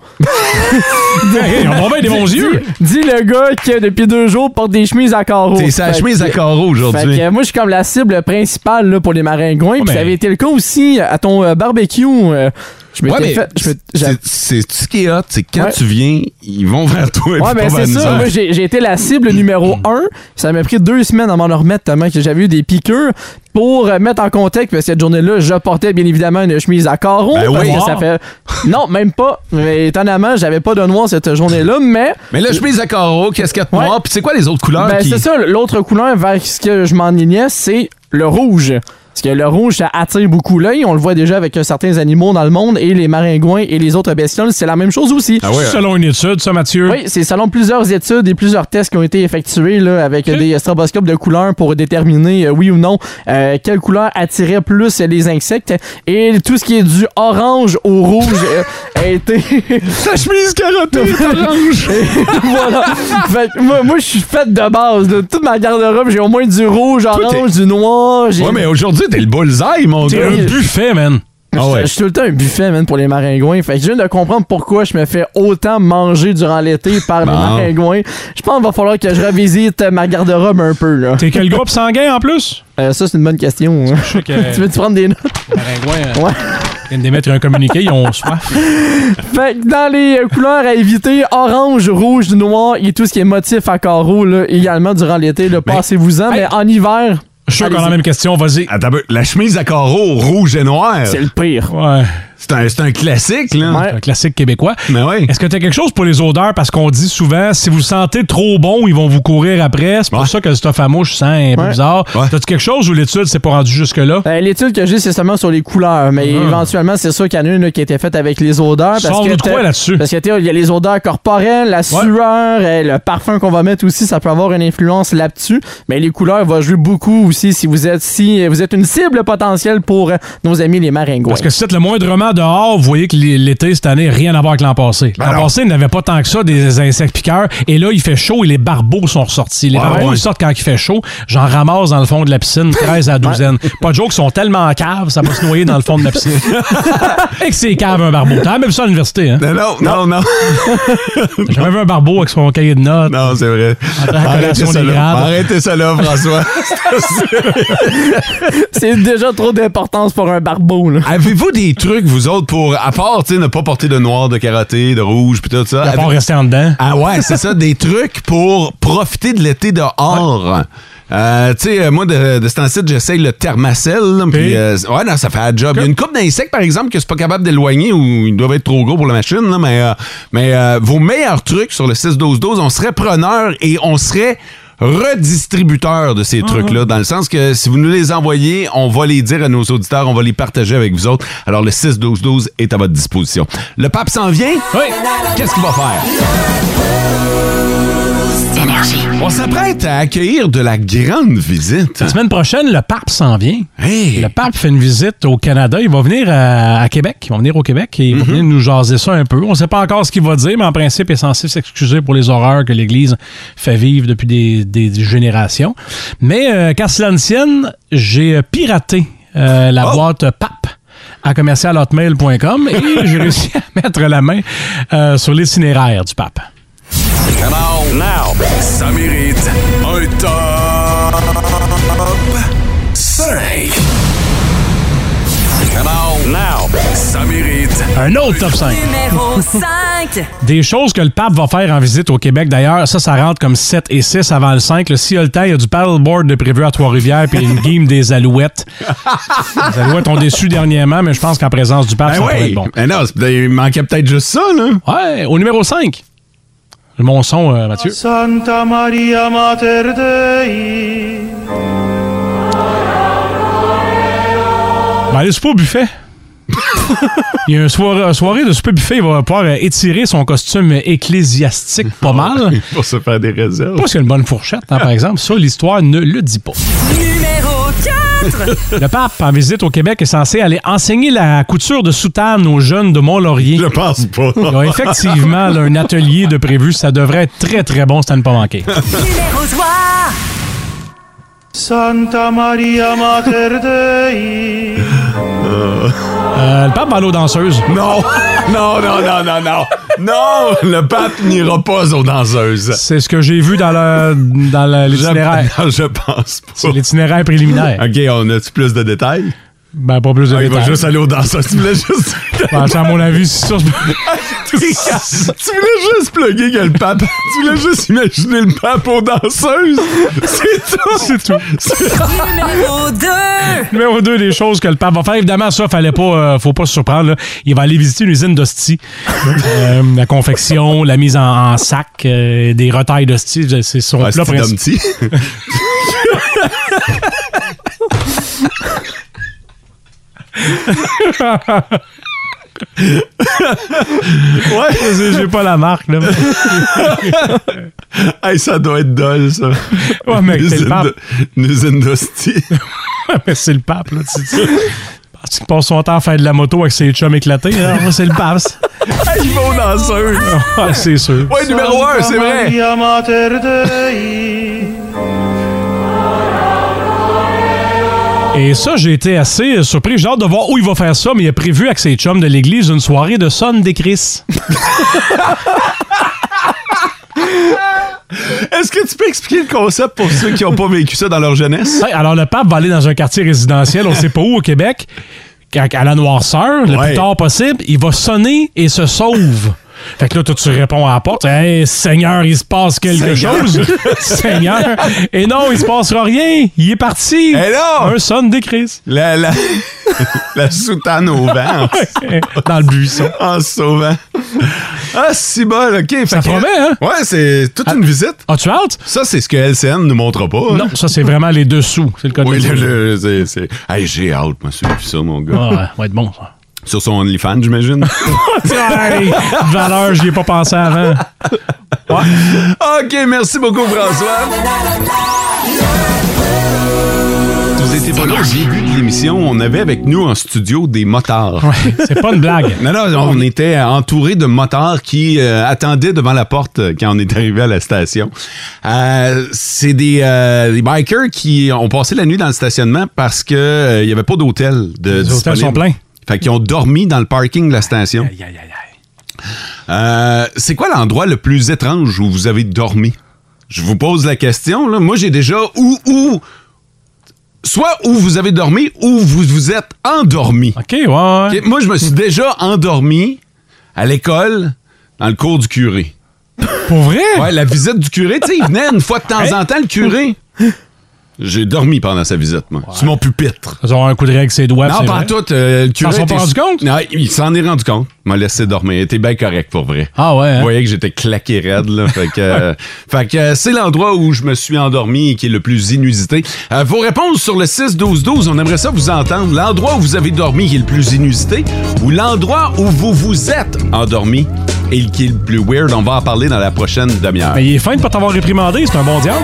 Hey, ils ont vraiment des bons dis, yeux. Dis le gars qui, depuis deux jours, porte des chemises à carreaux. C'est sa chemise à carreaux aujourd'hui. Fait que, moi, je suis comme la cible principale là, pour les maringouins. Oh, Puis mais... ça avait été le cas aussi à ton euh, barbecue. Euh, Je m'étais ouais, mais fait. Je c'est, c'est ce qui est hot, c'est que quand ouais. tu viens, ils vont vers toi. Ouais, mais c'est ça. Moi, j'ai, j'ai été la cible numéro un. Ça m'a pris deux semaines à m'en remettre tellement que j'avais eu des piqûres. Pour euh, mettre en contexte, parce que cette journée-là, je portais bien évidemment une chemise à carreaux. Ben parce oui. que ça fait. Non, même pas. Mais étonnamment, j'avais pas de noir cette journée-là, mais. Mais la chemise à carreaux, casquette noire, ouais. Puis c'est quoi les autres couleurs? Ben, qui... c'est ça. L'autre couleur vers ce que je m'enlignais, c'est le rouge. Parce que le rouge, ça attire beaucoup l'œil. On le voit déjà avec certains animaux dans le monde. Et les maringouins et les autres bestioles, c'est la même chose aussi. Ah ouais, selon une étude, ça, Mathieu? Oui, c'est selon plusieurs études et plusieurs tests qui ont été effectués là, avec okay. des stroboscopes de couleurs pour déterminer, euh, oui ou non, euh, quelle couleur attirait plus les insectes. Et tout ce qui est du orange au rouge euh, a été... La chemise carottée est orange! Voilà. Fait que moi, moi je suis faite de base. Là. Toute ma garde-robe, j'ai au moins du rouge, orange, du noir. J'ai... Ouais, mais aujourd'hui, t'es le bullseye, mon gars. T'es un buffet, man. Ah ouais. Je suis tout le temps un buffet, man, pour les maringouins. Fait que je viens de comprendre pourquoi je me fais autant manger durant l'été par bon. les maringouins. Je pense qu'il va falloir que je revisite ma garde-robe un peu, là. T'es quel groupe sanguin, en plus? Euh, ça, c'est une bonne question. Hein. Je sais que... tu veux-tu prendre des notes? Maringouins, ouais. viennent d'émettre un communiqué, ils ont soif. Fait que dans les couleurs à éviter, orange, rouge, noir et tout ce qui est motif à carreaux, là, également durant l'été, là, mais... passez-vous-en. Hey. Mais en hiver... Je suis sûr qu'on a la même question, vas-y. Attends, la chemise à carreaux rouge et noir. C'est le pire. Ouais. C'est un, c'est un classique, là. Ouais. C'est un classique québécois. Mais ouais. Est-ce que tu as quelque chose pour les odeurs? Parce qu'on dit souvent, si vous le sentez trop bon, ils vont vous courir après. C'est pour ouais. ça que le stuff à mouche sent un peu ouais. bizarre. Ouais. T'as-tu quelque chose où l'étude s'est pas rendue jusque-là? Euh, l'étude que j'ai, c'est seulement sur les couleurs. Mais mmh. éventuellement, c'est sûr qu'il y en a une là, qui a été faite avec les odeurs. Sors-nous de quoi là-dessus? Parce qu'il y a les odeurs corporelles, la sueur, ouais. le parfum qu'on va mettre aussi, ça peut avoir une influence là-dessus. Mais les couleurs vont jouer beaucoup aussi si vous êtes, si vous êtes une cible potentielle pour nos amis les maringouins. Parce que si vous êtes le moindrement dehors, vous voyez que l'été, cette année, rien à voir avec l'an passé. L'an ben passé, il n'avait pas tant que ça des insectes piqueurs. Et là, il fait chaud et les barbeaux sont ressortis. Les ouais, barbeaux, ouais. ils sortent quand il fait chaud. J'en ramasse dans le fond de la piscine, treize à douzaine. Ouais. Pas de joke, ils sont tellement caves, ça va se noyer dans le fond de la piscine. Et que c'est cave, un barbeau. T'as même vu ça à l'université, hein? Non, non, non. non. J'ai jamais vu un barbeau avec son cahier de notes. Non, c'est vrai. Arrêtez ça, là. Arrêtez ça là, François. C'est déjà trop d'importance pour un barbeau, là. Avez-vous des trucs, vous autres, pour... À part, tu sais, ne pas porter de noir, de karaté, de rouge, puis tout ça. À part rester en dedans. Ah ouais, c'est ça, des trucs pour profiter de l'été dehors. Ouais. Euh, tu sais, moi, de, de ce temps-ci, j'essaye le Thermacell. Puis, euh, ouais, non, ça fait un job. Il y a une couple d'insectes, par exemple, que c'est pas capable d'éloigner ou ils doivent être trop gros pour la machine. Là, mais euh, mais euh, vos meilleurs trucs sur le six douze douze, on serait preneur et on serait redistributeur de ces uh-huh. trucs-là, dans le sens que si vous nous les envoyez, on va les dire à nos auditeurs, on va les partager avec vous autres. Alors, le six douze douze est à votre disposition. Le pape s'en vient? Oui. Qu'est-ce qu'il va faire? Énergie. On s'apprête à accueillir de la grande visite. La semaine prochaine, le pape s'en vient. Hey. Le pape fait une visite au Canada. Il va venir à, à Québec. Il va venir au Québec et il va mm-hmm. venir nous jaser ça un peu. On ne sait pas encore ce qu'il va dire, mais en principe, il est censé s'excuser pour les horreurs que l'Église fait vivre depuis des, des, des générations. Mais, euh, qu'à cela ne tienne, j'ai piraté euh, la oh. boîte pape à commercial hotmail point com et j'ai réussi à mettre la main euh, sur l'itinéraire du pape. Come on, now. Ça mérite un top cinq. Come on, now. Ça mérite un autre top cinq. Numéro cinq. Des choses que le pape va faire en visite au Québec. D'ailleurs, ça, ça rentre comme sept et six avant le cinq. Là, s'il y a le temps, il y a du paddleboard de prévu à Trois-Rivières puis une game des Alouettes. Les Alouettes ont déçu dernièrement, mais je pense qu'en présence du pape, Ben ça pourrait oui. être bon. Ben non, il manquait peut-être juste ça, là. Ouais, au numéro cinq. Mon son, euh, Mathieu. Santa Maria Mater Dei. Ben, allez souper au buffet. Il y a une soirée, une soirée de souper buffet. Il va pouvoir euh, étirer son costume ecclésiastique pas mal. Pour se faire des réserves. Pas s'il y a une bonne fourchette, hein, par exemple. Ça, l'histoire ne le dit pas. Numéro quatre. Le pape, en visite au Québec, est censé aller enseigner la couture de soutane aux jeunes de Mont-Laurier. Je pense pas. Il y a effectivement là, un atelier de prévu. Ça devrait être très, très bon, c'est à ne pas manquer. Numéro trois. Santa Maria Mater Dei. Euh, le pape va aller aux danseuses. Non! Non, non, non, non, non! Non! Le pape n'ira pas aux danseuses. C'est ce que j'ai vu dans le dans le- l'itinéraire. Je, non, je pense pas. C'est l'itinéraire préliminaire. OK, on a-tu plus de détails? Ben, pas plus de Ah, il va détails. juste aller aux danseuses. Tu voulais juste... Ben, c'est à mon avis, c'est ça. tu voulais juste plugger que le pape... Tu voulais juste imaginer le pape aux danseuses. C'est tout. C'est tout. Numéro deux. Numéro deux des choses que le pape va faire. Évidemment, ça, fallait pas, euh, faut pas se surprendre. Là. Il va aller visiter une usine d'hosties. Euh, la confection, la mise en, en sac, euh, des retailles d'hosties. C'est son Ouais, plat c'est principal. petit. Ouais, j'ai j'ai pas la marque, là. Hey, ça doit être dole, ça. Ouais, mec, Une c'est le usine pape. de- Une usine d'hosties. Ouais, mais c'est le pape, là. Tu sais. Parce qu'il passe son temps à faire de la moto avec ses chums éclatés. Là. C'est le pape. Hey, il va aux danseuses. Ouais, c'est sûr. Ouais, numéro un, c'est vrai. Maria Mater Dei. Et ça, j'ai été assez surpris. J'ai hâte de voir où il va faire ça, mais il a prévu avec ses chums de l'église une soirée de sonne des Chris. Est-ce que tu peux expliquer le concept pour ceux qui n'ont pas vécu ça dans leur jeunesse? Ouais, alors, le pape va aller dans un quartier résidentiel, on sait pas où, au Québec, à à la noirceur, le Ouais. plus tard possible. Il va sonner et se sauve. Fait que là, toi, tu réponds à la porte. Hey, Seigneur, il se passe quelque Seigneur. chose. Seigneur. Et non, il se passera rien. Il est parti. Eh non! Un sonne des Chris. La, la, la soutane au vent. Dans le buisson. En se sauvant. Ah, si bol, OK. Fait Ça que- promet, hein? Ouais, c'est toute une visite. As-tu hâte? Ça, c'est ce que L C N nous montre pas. hein. Non, ça, c'est vraiment les dessous. C'est le code Oui, de le, le- c'est, c'est... Hey, j'ai hâte, moi, c'est ça, mon gars. Ah, ouais, va être bon, ça. Sur son OnlyFans, j'imagine. Hey, valeur, j'y ai pas pensé avant. Ouais. OK, merci beaucoup, François. Vous étiez pas là au début de l'émission. On avait avec nous en studio des motards. Ouais, c'est pas une blague. Non, non, on était entouré de motards qui euh, attendaient devant la porte euh, quand on est arrivé à la station. Euh, c'est des, euh, des bikers qui ont passé la nuit dans le stationnement parce que euh, il y avait pas d'hôtel de Les hôtels disponible. sont pleins. Fait qu'ils ont dormi dans le parking de la station. Aïe, aïe, aïe, aïe. Euh, c'est quoi l'endroit le plus étrange où vous avez dormi? Je vous pose la question. Là. Moi, j'ai déjà où, où, soit où vous avez dormi ou vous vous êtes endormi. OK, ouais, ouais. Ok, moi, je me suis déjà endormi à l'école dans le cours du curé. Pour vrai? Ouais, la visite du curé, tu sais, il venait une fois de temps en temps, le curé. J'ai dormi pendant sa visite, moi. C'est mon pupitre. Ils ont un coup de règle ses doigts. Non, c'est pas vrai. en tout. euh, le curé Ils s'en sont était- pas rendu compte? Non, il s'en est rendu compte. Il m'a laissé dormir. Il était bien correct, pour vrai. Ah ouais, hein? Vous voyez que j'étais claqué raide, là. Fait que, euh, fait que euh, c'est l'endroit où je me suis endormi et qui est le plus inusité. Euh, vos réponses sur le six douze douze, on aimerait ça vous entendre. L'endroit où vous avez dormi qui est le plus inusité ou l'endroit où vous vous êtes endormi et qui est le plus weird. On va en parler dans la prochaine demi-heure. Mais il est fin de pas t'avoir réprimandé, c'est un bon diable.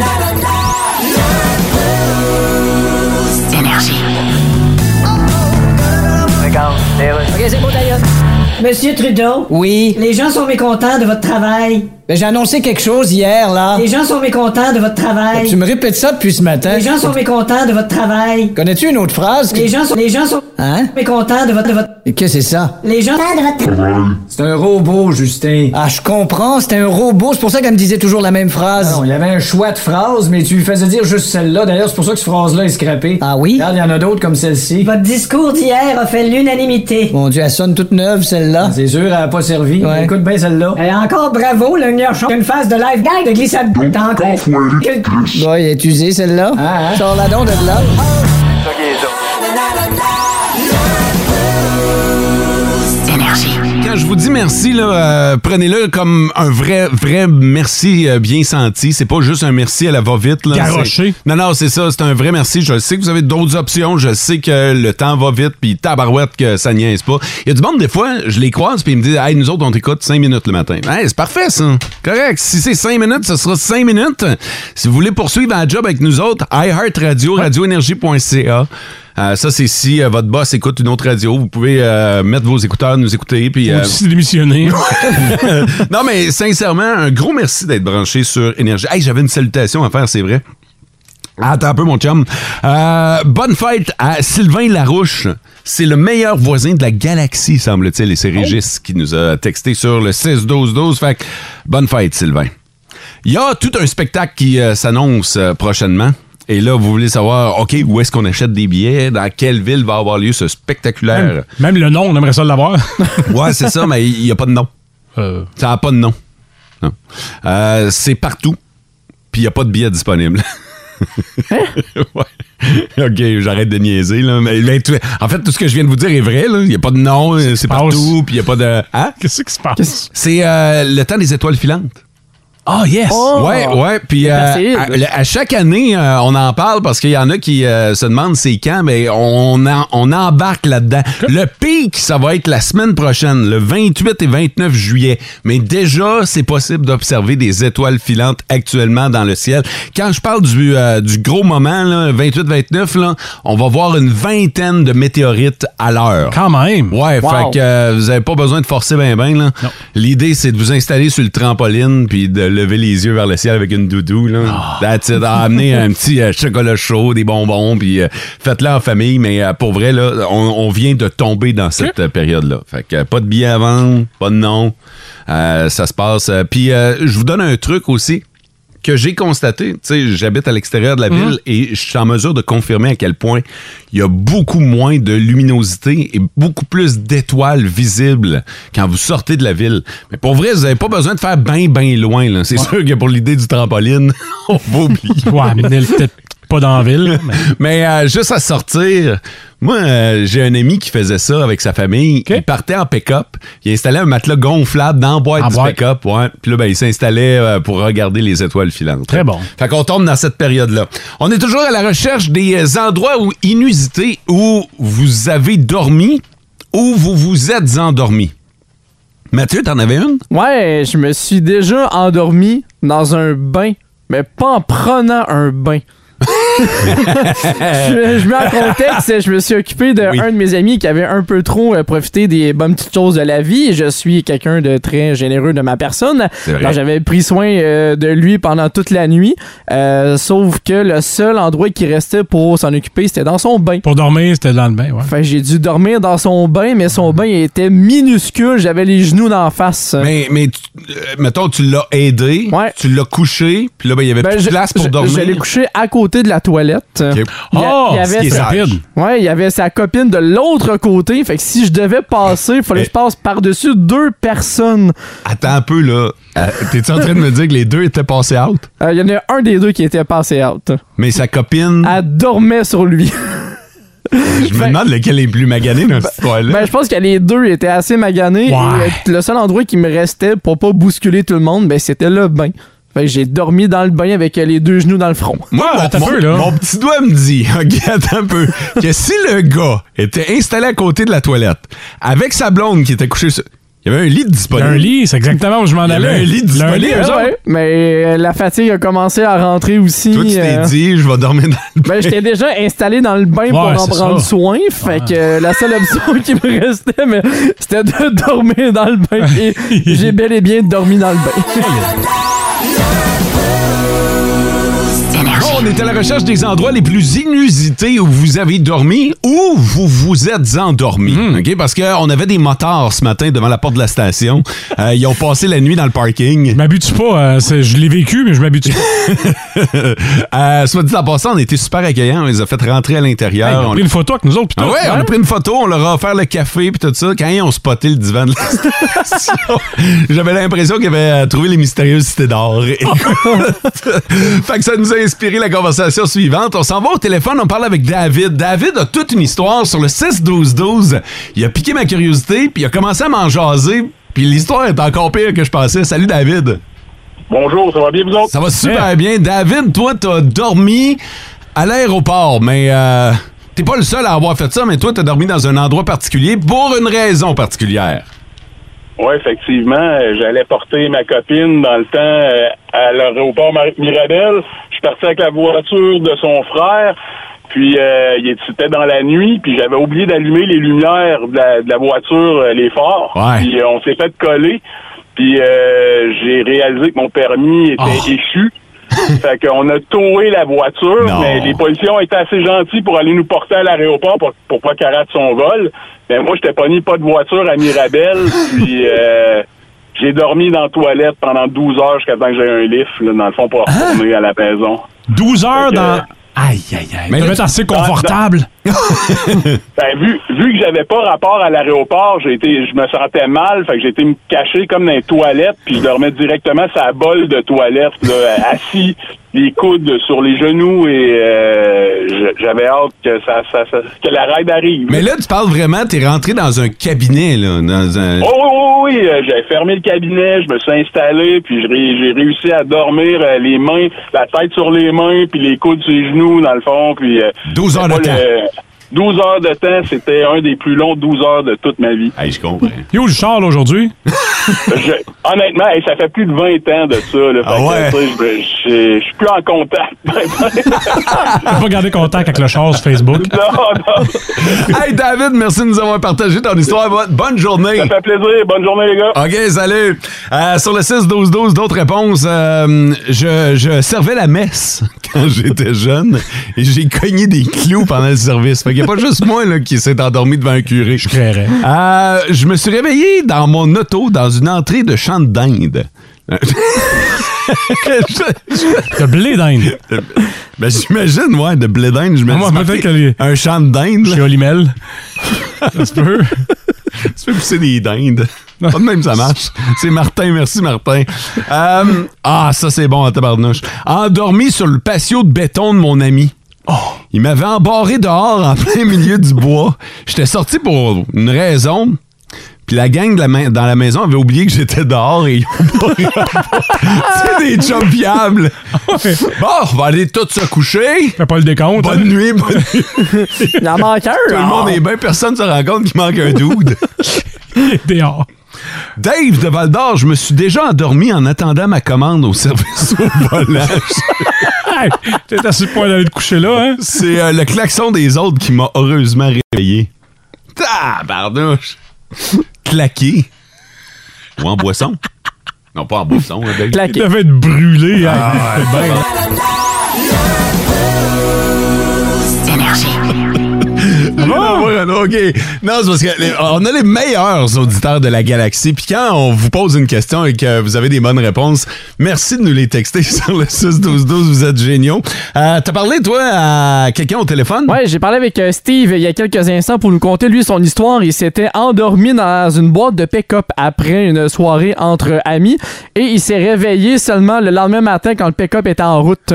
OK, c'est beau, d'ailleurs. Monsieur Trudeau? Oui? Les gens sont mécontents de votre travail. Ben, j'ai annoncé quelque chose hier, là. Les gens sont mécontents de votre travail. Tu me répètes ça depuis ce matin. Les gens sont mécontents de votre travail. Connais-tu une autre phrase? que- Les gens sont, les gens sont Hein? mécontents de votre, de votre... Et Qu'est-ce que c'est ça? Les gens de votre travail. C'est un robot, Justin. Ah, je comprends, c'est un robot. C'est pour ça qu'elle me disait toujours la même phrase. Non, il y avait un choix de phrases, mais tu lui faisais dire juste celle-là. D'ailleurs, c'est pour ça que cette phrase-là est scrappée. Ah oui? Regarde, il y en a d'autres comme celle-ci. Votre discours d'hier a fait l'unanimité. Mon Dieu, elle sonne toute neuve, celle-là. C'est sûr, elle a pas servi. Ouais. Écoute bien celle-là. Et encore bravo, le gnochon. Une phase de live gag de glissade. T'as encore... Quel- Bon, il est usé, celle-là. Ah, hein? Sors la don de là. Quand je vous dis merci, là, euh, prenez-le comme un vrai, vrai merci euh, bien senti. C'est pas juste un merci à la va-vite. là. Garoché. C'est- Non, non, c'est ça. C'est un vrai merci. Je sais que vous avez d'autres options. Je sais que le temps va vite, puis tabarouette que ça niaise pas. Il y a du monde, des fois, je les croise, puis ils me disent « Hey, nous autres, on t'écoute cinq minutes le matin. » Hey, c'est parfait, ça. Correct. Si c'est cinq minutes, ce sera cinq minutes. Si vous voulez poursuivre un job avec nous autres, iHeartRadio, radio énergie point c a. Euh, ça, c'est si euh, votre boss écoute une autre radio. Vous pouvez euh, mettre vos écouteurs, nous écouter. Puis, Ou euh, aussi démissionner. non, mais sincèrement, un gros merci d'être branché sur Énergie. Hey, j'avais une salutation à faire, c'est vrai. Attends un peu, mon chum. Euh, bonne fête à Sylvain Larouche. C'est le meilleur voisin de la galaxie, semble-t-il. Et c'est Régis qui nous a texté sur le six douze douze. Fait que, bonne fête, Sylvain. Il y a tout un spectacle qui euh, s'annonce euh, prochainement. Et là, vous voulez savoir, OK, où est-ce qu'on achète des billets? Dans quelle ville va avoir lieu ce spectaculaire? Même, même le nom, on aimerait ça l'avoir. Ouais, c'est ça, mais il n'y a pas de nom. Euh. Ça n'a pas de nom. Non. Euh, c'est partout, puis il n'y a pas de billets disponibles. Ouais. OK, j'arrête de niaiser, là. Mais, mais tu- en fait, tout ce que je viens de vous dire est vrai, là. Il n'y a pas de nom, c'est se partout, puis il n'y a pas de... Hein? Qu'est-ce qui se passe? C'est euh, le temps des étoiles filantes. Ah, yes! Oh! Ouais, ouais. Puis euh, facile. à, à chaque année, euh, on en parle parce qu'il y en a qui euh, se demandent c'est quand, mais on, en- on embarque là-dedans. Le pic, ça va être la semaine prochaine, le vingt-huit et vingt-neuf juillet. Mais déjà, c'est possible d'observer des étoiles filantes actuellement dans le ciel. Quand je parle du, euh, du gros moment, là, vingt-huit vingt-neuf, là, on va voir une vingtaine de météorites à l'heure. Quand même! Ouais, Wow. fait que euh, vous avez pas besoin de forcer ben ben, là. Non. L'idée, c'est de vous installer sur le trampoline puis de lever les yeux vers le ciel avec une doudou, là. That's it. Amener un petit euh, chocolat chaud, des bonbons, puis euh, faites-le en famille. Mais euh, pour vrai, là, on, on vient de tomber dans cette euh, période-là. Fait que euh, pas de billets à vendre, pas de nom. Euh, ça se passe. euh, puis euh, je vous donne un truc aussi que j'ai constaté. Tu sais, j'habite à l'extérieur de la ville et je suis en mesure de confirmer à quel point il y a beaucoup moins de luminosité et beaucoup plus d'étoiles visibles quand vous sortez de la ville. Mais pour vrai, vous n'avez pas besoin de faire bien, bien loin, là. C'est sûr que pour l'idée du trampoline, on va oublier. Ouais, mais peut-être pas dans la ville. Mais... Mais euh, juste à sortir, moi, euh, j'ai un ami qui faisait ça avec sa famille. Il partait en pick-up. Il installait un matelas gonflable dans la boîte En du boîte. pick-up. Ouais. Puis là, ben, il s'installait euh, pour regarder les étoiles filantes. Très bon. Fait qu'on tombe dans cette période-là. On est toujours à la recherche des endroits où, inusités où vous avez dormi ou vous vous êtes endormi. Mathieu, t'en avais une? Ouais, je me suis déjà endormi dans un bain, mais pas en prenant un bain. je, je mets en contexte, je me suis occupé d'un Oui. de mes amis qui avait un peu trop euh, profité des bonnes petites choses de la vie. Je suis quelqu'un de très généreux de ma personne. C'est vrai. Alors, j'avais pris soin euh, de lui pendant toute la nuit. Euh, sauf que le seul endroit qui restait pour s'en occuper, c'était dans son bain. Pour dormir, c'était dans le bain, ouais. Fait que j'ai dû dormir dans son bain, mais son bain était minuscule. J'avais les genoux d'en face. Mais, mais tu- euh, mettons, tu l'as aidé, Ouais. tu l'as couché, puis là, ben, il y avait Ben, plus de je- place pour je- dormir. Je l'ai couché à côté de la toilette. OK. Il y a- Oh, il y avait ce qui est sa- rapide. Ouais, il y avait sa copine de l'autre côté. Fait que si je devais passer, il fallait que je passe par-dessus deux personnes. Attends un peu, là. Euh, T'es-tu en train de me dire que les deux étaient passés out? Euh, Il y en a un des deux qui était passé out. Mais sa copine, Elle dormait sur lui. je me demande lequel est le plus magané dans cette histoire-là. Ben, je pense que les deux étaient assez maganés. Ouais. Et, euh, le seul endroit qui me restait pour pas bousculer tout le monde, ben, c'était le bain. Fait que j'ai dormi dans le bain avec euh, les deux genoux dans le front. Moi, Ah, mon, attends un mon- peu, là. mon petit doigt me dit, regarde un peu, que si le gars était installé à côté de la toilette, avec sa blonde qui était couchée sur... Il y avait un lit disponible. Un lit, c'est exactement où je m'en allais. Il y avait un lit disponible. Un lit, eux Ouais, autres. mais euh, la fatigue a commencé à rentrer aussi. Toi, tu t'es euh, dit, je vais dormir dans le bain. Ben, j'étais déjà installé dans le bain pour Ouais, en c'est prendre ça. soin. Fait que euh, la seule option qui me restait, mais, c'était de dormir dans le bain. Et j'ai bel et bien dormi dans le bain. Bon, on est à la recherche des endroits les plus inusités où vous avez dormi ou vous vous êtes endormi. Mm. OK? Parce qu'on avait des motards ce matin devant la porte de la station. Euh, ils ont passé la nuit dans le parking. Je m'habitue pas. euh, c'est- je l'ai vécu, mais je m'habitue pas. euh, soit dit en passant, on était super accueillants. On les a fait rentrer à l'intérieur. Hey, on a pris une photo avec nous autres. pis Ah tout. ouais, on a pris une photo, on leur a offert le café puis tout ça. Quand ils ont spoté le divan de la station, j'avais l'impression qu'ils avaient euh, trouvé les mystérieuses cités d'or. Fait que ça nous a inspiré la conversation suivante. On s'en va au téléphone, on parle avec David. David a toute une histoire sur le six douze douze. Il a piqué ma curiosité, puis il a commencé à m'en jaser. Puis l'histoire est encore pire que je pensais. Salut David. Bonjour, ça va bien vous autres? Ça va super bien. David, toi, t'as dormi à l'aéroport, mais euh, t'es pas le seul à avoir fait ça, mais toi, t'as dormi dans un endroit particulier pour une raison particulière. Oui, effectivement. euh, J'allais porter ma copine dans le temps euh, à l'aéroport Mar- Mirabel. Je suis parti avec la voiture de son frère. Puis euh, il était dans la nuit, puis j'avais oublié d'allumer les lumières de la, de la voiture, euh, les phares. Ouais. Puis euh, on s'est fait coller. Puis euh, j'ai réalisé que mon permis était Oh. échu. Fait qu'on a towé la voiture, Non. mais les policiers ont été assez gentils pour aller nous porter à l'aéroport pour, pour pas qu'elle rate son vol. Mais moi, j'étais pas ni pas de voiture à Mirabel, puis euh, j'ai dormi dans la toilette pendant douze heures jusqu'à temps que j'ai un lift, là, dans le fond, pour retourner à la maison. douze heures Fait que, dans... Aïe, aïe, aïe. Mais Ça là, va être assez confortable. Ben, vu, vu que j'avais pas rapport à l'aéroport, j'ai été, je me sentais mal, fait que j'ai été me cacher comme dans les toilettes, puis je dormais directement sur la bolle de toilette, là, assis, les coudes sur les genoux, et euh, je- j'avais hâte que ça, ça, ça- que la ride arrive. Mais là, tu parles vraiment, t'es rentré dans un cabinet, là, dans un... Oh oui, oui, oui, euh, j'ai fermé le cabinet, je me suis installé, puis je ré- j'ai réussi à dormir euh, les mains, la tête sur les mains, puis les coudes sur les genoux, dans le fond, puis... euh, douze heures de c'était pas temps. le- douze heures de temps, c'était un des plus longs douze heures de toute ma vie. Hey, je comprends. Yo, le Charles aujourd'hui? Je- honnêtement, hey, ça fait plus de vingt ans de ça. Là, Ah Fait que, ouais? tu sais, je je- je suis plus en contact. T'as pas gardé contact avec le Charles sur Facebook? non, non. Hey, David, merci de nous avoir partagé ton histoire. Bonne- Bonne journée. Ça fait plaisir. Bonne journée, les gars. OK, salut. Euh, sur le six douze douze, d'autres réponses. Euh, je, je servais la messe quand j'étais jeune et j'ai cogné des clous pendant le service. Fait qu'il n'y a pas juste moi là, qui s'est endormi devant un curé. Je créerais. Euh, je me suis réveillé dans mon auto dans une entrée de champ d'Inde. Je- Le blé d'Inde. ben, j'imagine, ouais, de blé d'Inde. Je me Ah, moi, dis, peut-être marqué que les- un champ d'Inde. Chez Olimel. Ça se peut. Tu peux pousser des dindes. Pas de même, ça marche. C'est Martin, merci Martin. Euh, ah, ça c'est bon à tabarnouche. Endormi sur le patio de béton de mon ami. Oh, il m'avait embarré dehors en plein milieu du bois. J'étais sorti pour une raison. Puis la gang de la ma- dans la maison avait oublié que j'étais dehors et ils ont pas C'est des chums fiables. Bon, on va aller tous se coucher. Fais pas le décompte. Bonne hein? nuit, bonne nuit. Il en manque un. Tout le monde est bien, personne se rend compte qu'il manque un dude. Dehors. Dave de Val-d'Or, je me suis déjà endormi en attendant ma commande au service au volant. Hey, t'es à ce point d'aller te coucher là, hein? C'est euh, le klaxon des autres qui m'a heureusement réveillé. Tabarnouche! Claqué. Ou en boisson. Non, pas en boisson. Hein, Dave. Claqué. Il devait être brûlé. hein. Ah, Ben, Non, ouais, non, OK. Non, c'est parce que les- on a les meilleurs auditeurs de la galaxie. Puis quand on vous pose une question et que vous avez des bonnes réponses, merci de nous les texter sur le six douze douze. Vous êtes géniaux. Euh, T'as parlé, toi, à quelqu'un au téléphone? Ouais, j'ai parlé avec euh, Steve il y a quelques instants pour nous conter, lui, son histoire. Il s'était endormi dans une boîte de pick-up après une soirée entre amis et il s'est réveillé seulement le lendemain matin quand le pick-up était en route.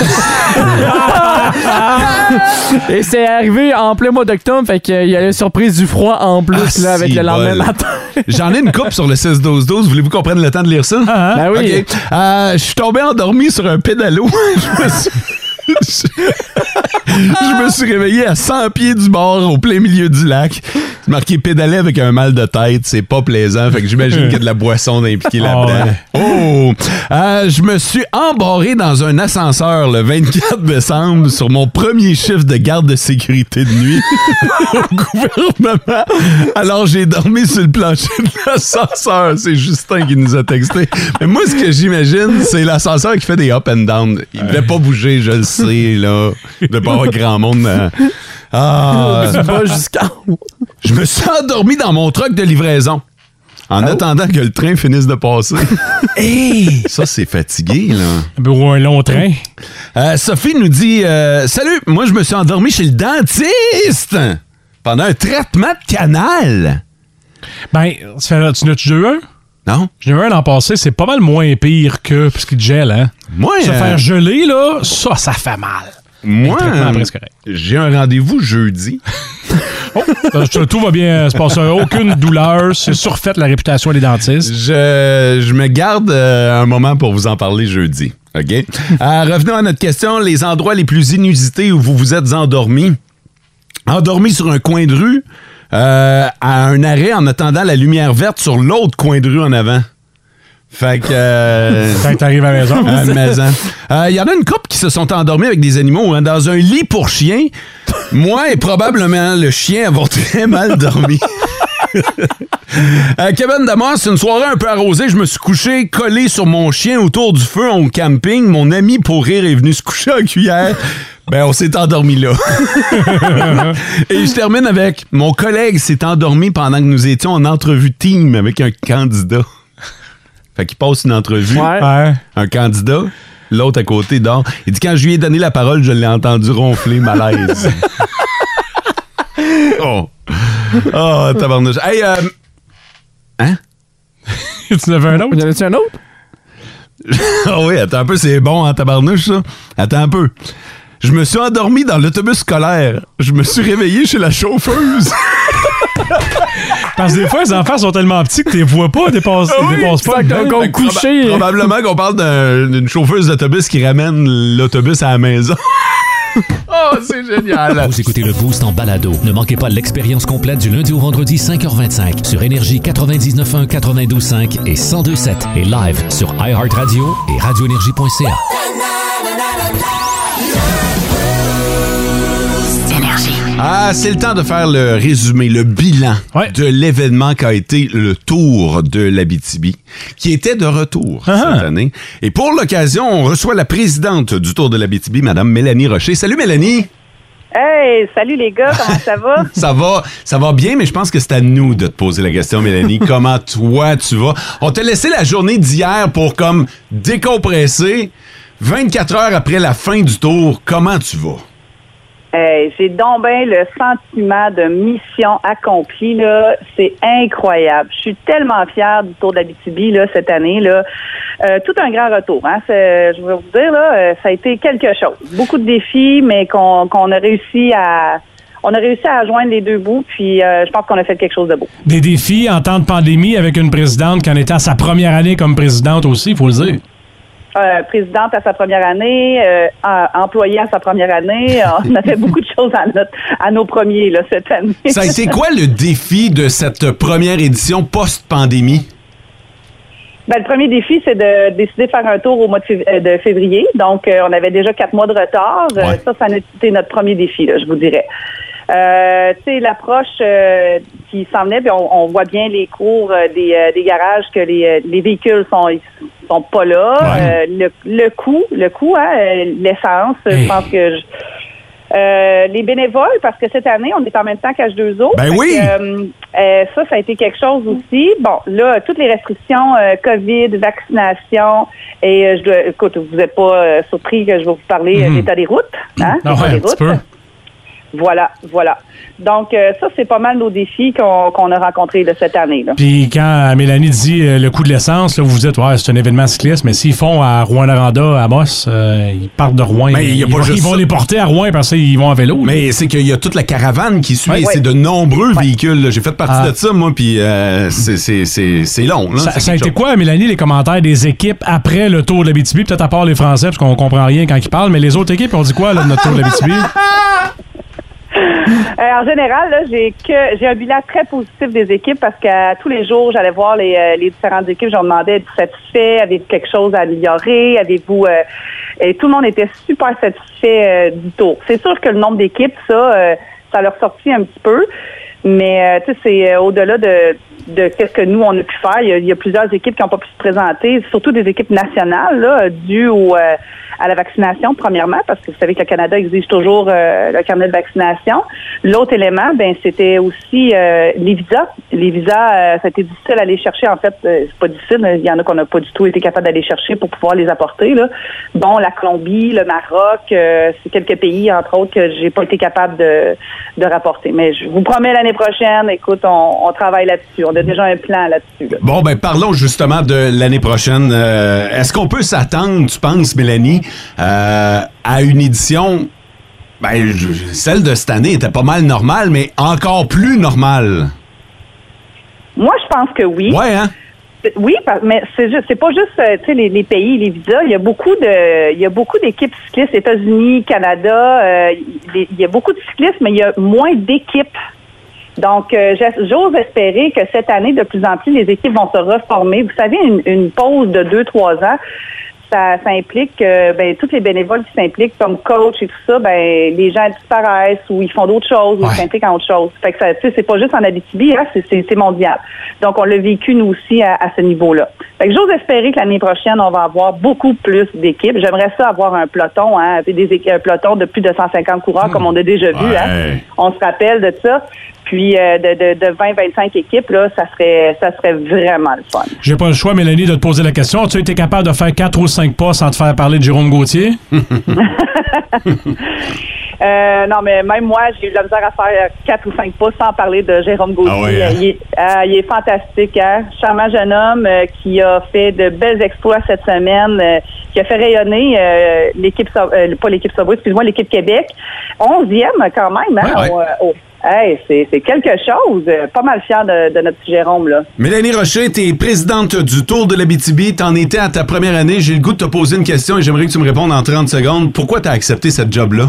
Et c'est arrivé en plein mois d'octobre, fait qu'il y a une surprise du froid en plus Ah, là, avec si le lendemain bol. matin. J'en ai une coupe sur le six douze douze. Voulez-vous qu'on prenne le temps de lire ça? Ben oui. OK. Euh, je suis tombé endormi sur un pédalo. Je me suis... Je me suis réveillé à cent pieds du bord, au plein milieu du lac. C'est marqué pédaler avec un mal de tête, c'est pas plaisant. Fait que j'imagine qu'il y a de la boisson impliquée là-dedans. Oh! Ouais. oh. Euh, je me suis embarré dans un ascenseur le vingt-quatre décembre sur mon premier chiffre de garde de sécurité de nuit au gouvernement. Alors, j'ai dormi sur le plancher de l'ascenseur. C'est Justin qui nous a texté. Mais moi, ce que j'imagine, c'est l'ascenseur qui fait des up and down. Il ne devait pas bouger, je le sais, là. Il ne devait pas avoir grand monde. Dans... Ah! jusqu'à... Je me suis endormi dans mon truck de livraison. En oh. attendant que le train finisse de passer. Hey! Ça, c'est fatigué, là. Ou un long train. Euh, Sophie nous dit euh, salut, moi, je me suis endormi chez le dentiste pendant un traitement de canal. Ben, tu n'as-tu déjà eu un? Non. J'en ai eu un l'an passé, c'est pas mal moins pire que parce qu'il gèle, hein? Moi, Se euh... faire geler, là, ça, ça fait mal. Moi, j'ai un rendez-vous jeudi. Oh, tout va bien se passer. Aucune douleur. C'est surfait la réputation des dentistes. Je, je me garde euh, un moment pour vous en parler jeudi. OK? euh, revenons à notre question. Les endroits les plus inusités où vous vous êtes endormis. Endormi sur un coin de rue, euh, à un arrêt en attendant la lumière verte sur l'autre coin de rue en avant. Fait que... Euh, Quand t'arrives à la maison. À la maison. Il euh, y en a une couple qui se sont endormis avec des animaux hein, dans un lit pour chien. Moi et probablement le chien avons très mal dormi. euh, Kevin Damar, c'est une soirée un peu arrosée. Je me suis couché collé sur mon chien autour du feu au camping. Mon ami pour rire est venu se coucher en cuillère. Ben, on s'est endormi là. Et je termine avec mon collègue s'est endormi pendant que nous étions en entrevue team avec un candidat. Fait qu'il passe une entrevue, ouais. un candidat, l'autre à côté dort. Il dit, quand je lui ai donné la parole, je l'ai entendu ronfler, malaise. oh, oh tabarnouche. Hey, euh... Hein? Tu en avais un autre? Y en avait-tu un autre? Ah oui, attends un peu, c'est bon en tabarnouche, ça. Attends un peu. Je me suis endormi dans l'autobus scolaire. Je me suis réveillé chez la chauffeuse. Parce que des fois, les enfants sont tellement petits que tu les vois pas, dépasser, oui, dépassent pas. Qu'on couché. Proba- probablement qu'on parle d'un, d'une chauffeuse d'autobus qui ramène l'autobus à la maison. Oh, c'est génial! Vous écoutez le Boost en balado. Ne manquez pas l'expérience complète du lundi au vendredi cinq heures vingt-cinq sur Énergie quatre-vingt-dix-neuf un, quatre-vingt-douze cinq et cent deux sept et live sur iHeartRadio et radio énergie point c a. Ah, c'est le temps de faire le résumé, le bilan ouais. de l'événement qu'a été le Tour de l'Abitibi, qui était de retour uh-huh. cette année. Et pour l'occasion, on reçoit la présidente du Tour de l'Abitibi, Mme Mélanie Rocher. Salut Mélanie! Hey, salut les gars, comment ça va? ça va, ça va bien, mais je pense que c'est à nous de te poser la question, Mélanie. Comment toi tu vas? On t'a laissé la journée d'hier pour comme décompresser. vingt-quatre heures après la fin du Tour, comment tu vas? Euh, j'ai donc bien le sentiment de mission accomplie, là. C'est incroyable. Je suis tellement fière du Tour de l'Abitibi, là, cette année, là. Euh, tout un grand retour, hein. C'est, je vais vous dire, là, euh, ça a été quelque chose. Beaucoup de défis, mais qu'on, qu'on a réussi à, on a réussi à joindre les deux bouts, puis euh, je pense qu'on a fait quelque chose de beau. Des défis en temps de pandémie avec une présidente qui en était à sa première année comme présidente aussi, il faut le dire. Euh, présidente à sa première année, euh, employée à sa première année. On a fait beaucoup de choses à, notre, à nos premiers là, cette année. Ça a été quoi le défi de cette première édition post-pandémie? Ben, le premier défi, c'est de décider de faire un tour au mois de, fév- de février. Donc, euh, on avait déjà quatre mois de retard. Ouais. Euh, ça, ça a été notre premier défi, là, je vous dirais. Euh, tu sais, l'approche euh, qui s'en venait, puis on, on voit bien les cours euh, des, euh, des garages que les, les véhicules sont sont pas là. Ouais. Euh, le, le coût, le coût, hein, l'essence, hey. Je pense que je, euh, les bénévoles, parce que cette année, on est en même temps qu'H deux O. Ben oui! Que, euh, euh, ça, ça a été quelque chose aussi. Bon, là, toutes les restrictions, euh, COVID, vaccination, et euh, je dois, écoute, vous n'êtes pas euh, surpris que je vais vous parler mm-hmm. de l'état des routes. Hein, ah ouais, des un routes. petit peu. Voilà, voilà. Donc, euh, ça, c'est pas mal nos défis qu'on, qu'on a rencontrés de cette année. Là. Puis quand Mélanie dit euh, le coût de l'essence, là, vous vous dites, ouais, c'est un événement cycliste, mais s'ils font à Rouyn-Noranda, à Moss, euh, ils partent de Rouen. Mais ils, y a ils, pas vont, juste ils vont ça. les porter à Rouen parce qu'ils vont en vélo. Mais là. C'est qu'il y a toute la caravane qui suit. Ouais, et ouais. C'est de nombreux ouais. véhicules. Là. J'ai fait partie ah. de ça, moi, puis euh, c'est, c'est, c'est, c'est long. Là. Ça, c'est ça a été chose. quoi, Mélanie, les commentaires des équipes après le Tour de l'Abitibi? Peut-être à part les Français, parce qu'on comprend rien quand ils parlent, mais les autres équipes, on dit quoi, là, de notre Tour de l'Abitibi? Euh, en général, là, j'ai que j'ai un bilan très positif des équipes parce qu'à tous les jours, j'allais voir les, euh, les différentes équipes. Je leur demandais êtes-vous satisfait, avez-vous quelque chose à améliorer, avez-vous euh, et tout le monde était super satisfait euh, du tour. C'est sûr que le nombre d'équipes, ça, euh, ça leur sortit un petit peu, mais euh, tu sais, c'est euh, au-delà de de qu'est-ce que nous on a pu faire. Il y a, il y a plusieurs équipes qui n'ont pas pu se présenter, surtout des équipes nationales là, dues au euh, à la vaccination, premièrement, parce que vous savez que le Canada exige toujours euh, le carnet de vaccination. L'autre élément, ben c'était aussi euh, les visas. Les visas, euh, ça a été difficile à aller chercher. En fait, euh, c'est pas difficile. Il y en a qu'on n'a pas du tout été capable d'aller chercher pour pouvoir les apporter. Là. Bon, la Colombie, le Maroc, euh, c'est quelques pays, entre autres, que j'ai pas été capable de, de rapporter. Mais je vous promets, l'année prochaine, écoute, on, on travaille là-dessus. On a déjà un plan là-dessus. Là. Bon, ben parlons justement de l'année prochaine. Euh, est-ce qu'on peut s'attendre, tu penses, Mélanie, Euh, à une édition, ben, je, celle de cette année était pas mal normale, mais encore plus normale? Moi, je pense que oui. Ouais, hein? Oui, mais c'est juste, c'est pas juste tu sais les, les pays, les visas. Il y a beaucoup de, il y a beaucoup d'équipes cyclistes, États-Unis, Canada. Euh, il y a beaucoup de cyclistes, mais il y a moins d'équipes. Donc, euh, j'ose espérer que cette année, de plus en plus, les équipes vont se reformer. Vous savez, une, une pause de deux, trois ans. Ça, ça implique que ben, tous les bénévoles qui s'impliquent comme coach et tout ça, ben les gens disparaissent ou ils font d'autres choses ou ouais. ils s'impliquent en autre chose. Fait que ça, tu sais, c'est pas juste en Abitibi, hein, c'est, c'est, c'est mondial. Donc on l'a vécu nous aussi à, à ce niveau-là. Fait que j'ose espérer que l'année prochaine on va avoir beaucoup plus d'équipes. J'aimerais ça avoir un peloton, hein, des un peloton de plus de cent cinquante coureurs mmh. comme on a déjà vu. Ouais. Hein. On se rappelle de ça. Puis euh, de, de, de vingt à vingt-cinq équipes, là, ça serait ça serait vraiment le fun. J'ai pas le choix, Mélanie, de te poser la question. As-tu été capable de faire quatre ou cinq pas sans te faire parler de Jérôme Gauthier? Euh, non, mais même moi, j'ai eu de la misère à faire quatre ou cinq pas sans parler de Jérôme Gauthier. Ah oui, hein? il, est, euh, il est fantastique, hein? Charmant jeune homme euh, qui a fait de belles exploits cette semaine, euh, qui a fait rayonner euh, l'équipe, euh, pas l'équipe Subway, excuse-moi, l'équipe Québec. onzième quand même, hein? Ouais, ouais. Au, au, Hey, c'est, c'est quelque chose. Pas mal fier de, de notre petit Jérôme, là. Mélanie Rocher, t'es présidente du Tour de l'Abitibi. T'en étais à ta première année. J'ai le goût de te poser une question et j'aimerais que tu me répondes en trente secondes. Pourquoi t'as accepté cette job-là?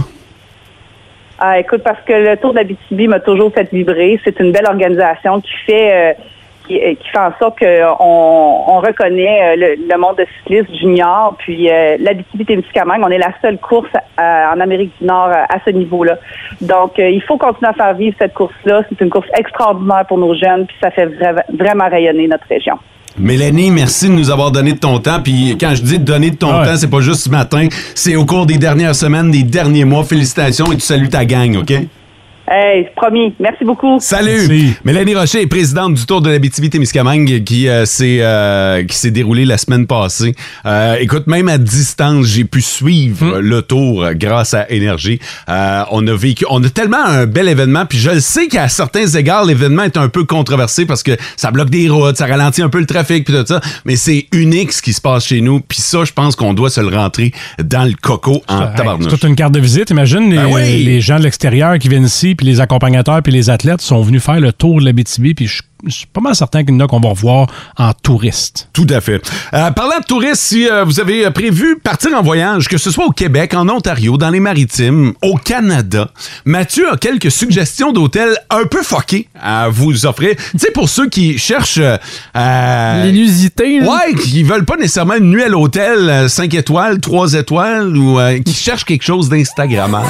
Ah, écoute, parce que le Tour de l'Abitibi m'a toujours fait vibrer. C'est une belle organisation qui fait... Euh, Qui, qui fait en sorte qu'on on reconnaît le, le monde de cyclistes juniors, puis euh, l'Abitibi-Témiscamingue, on est la seule course à, en Amérique du Nord à, à ce niveau-là. Donc, euh, il faut continuer à faire vivre cette course-là. C'est une course extraordinaire pour nos jeunes, puis ça fait vra- vraiment rayonner notre région. Mélanie, merci de nous avoir donné de ton temps. Puis quand je dis de donner de ton ouais. temps, c'est pas juste ce matin, c'est au cours des dernières semaines, des derniers mois. Félicitations et tu salues ta gang, OK? Hey, promis. Merci beaucoup. Salut! Merci. Mélanie Rocher est présidente du Tour de l'Abitibi-Témiscamingue qui, euh, s'est, euh, qui s'est déroulé la semaine passée. Euh, écoute, même à distance, j'ai pu suivre hum. le Tour grâce à Énergie. Euh, on a vécu, on a tellement un bel événement, puis je le sais qu'à certains égards, l'événement est un peu controversé parce que ça bloque des routes, ça ralentit un peu le trafic, puis tout ça, mais c'est unique ce qui se passe chez nous, puis ça, je pense qu'on doit se le rentrer dans le coco en hey, tabarnouche. C'est toute une carte de visite. Imagine les, ben oui. les gens de l'extérieur qui viennent ici, puis les accompagnateurs puis les athlètes sont venus faire le tour de l'Abitibi, puis je Je suis pas mal certain qu'il y en a qu'on va revoir en touriste. Tout à fait. Euh, parlant de touristes, si euh, vous avez prévu partir en voyage, que ce soit au Québec, en Ontario, dans les Maritimes, au Canada, Mathieu a quelques suggestions d'hôtels un peu fuckés à vous offrir. Tu sais, pour ceux qui cherchent... Euh, L'inusité. Ouais, qui veulent pas nécessairement une nuit à l'hôtel cinq étoiles, trois étoiles, ou euh, qui cherchent quelque chose d'instagrammable.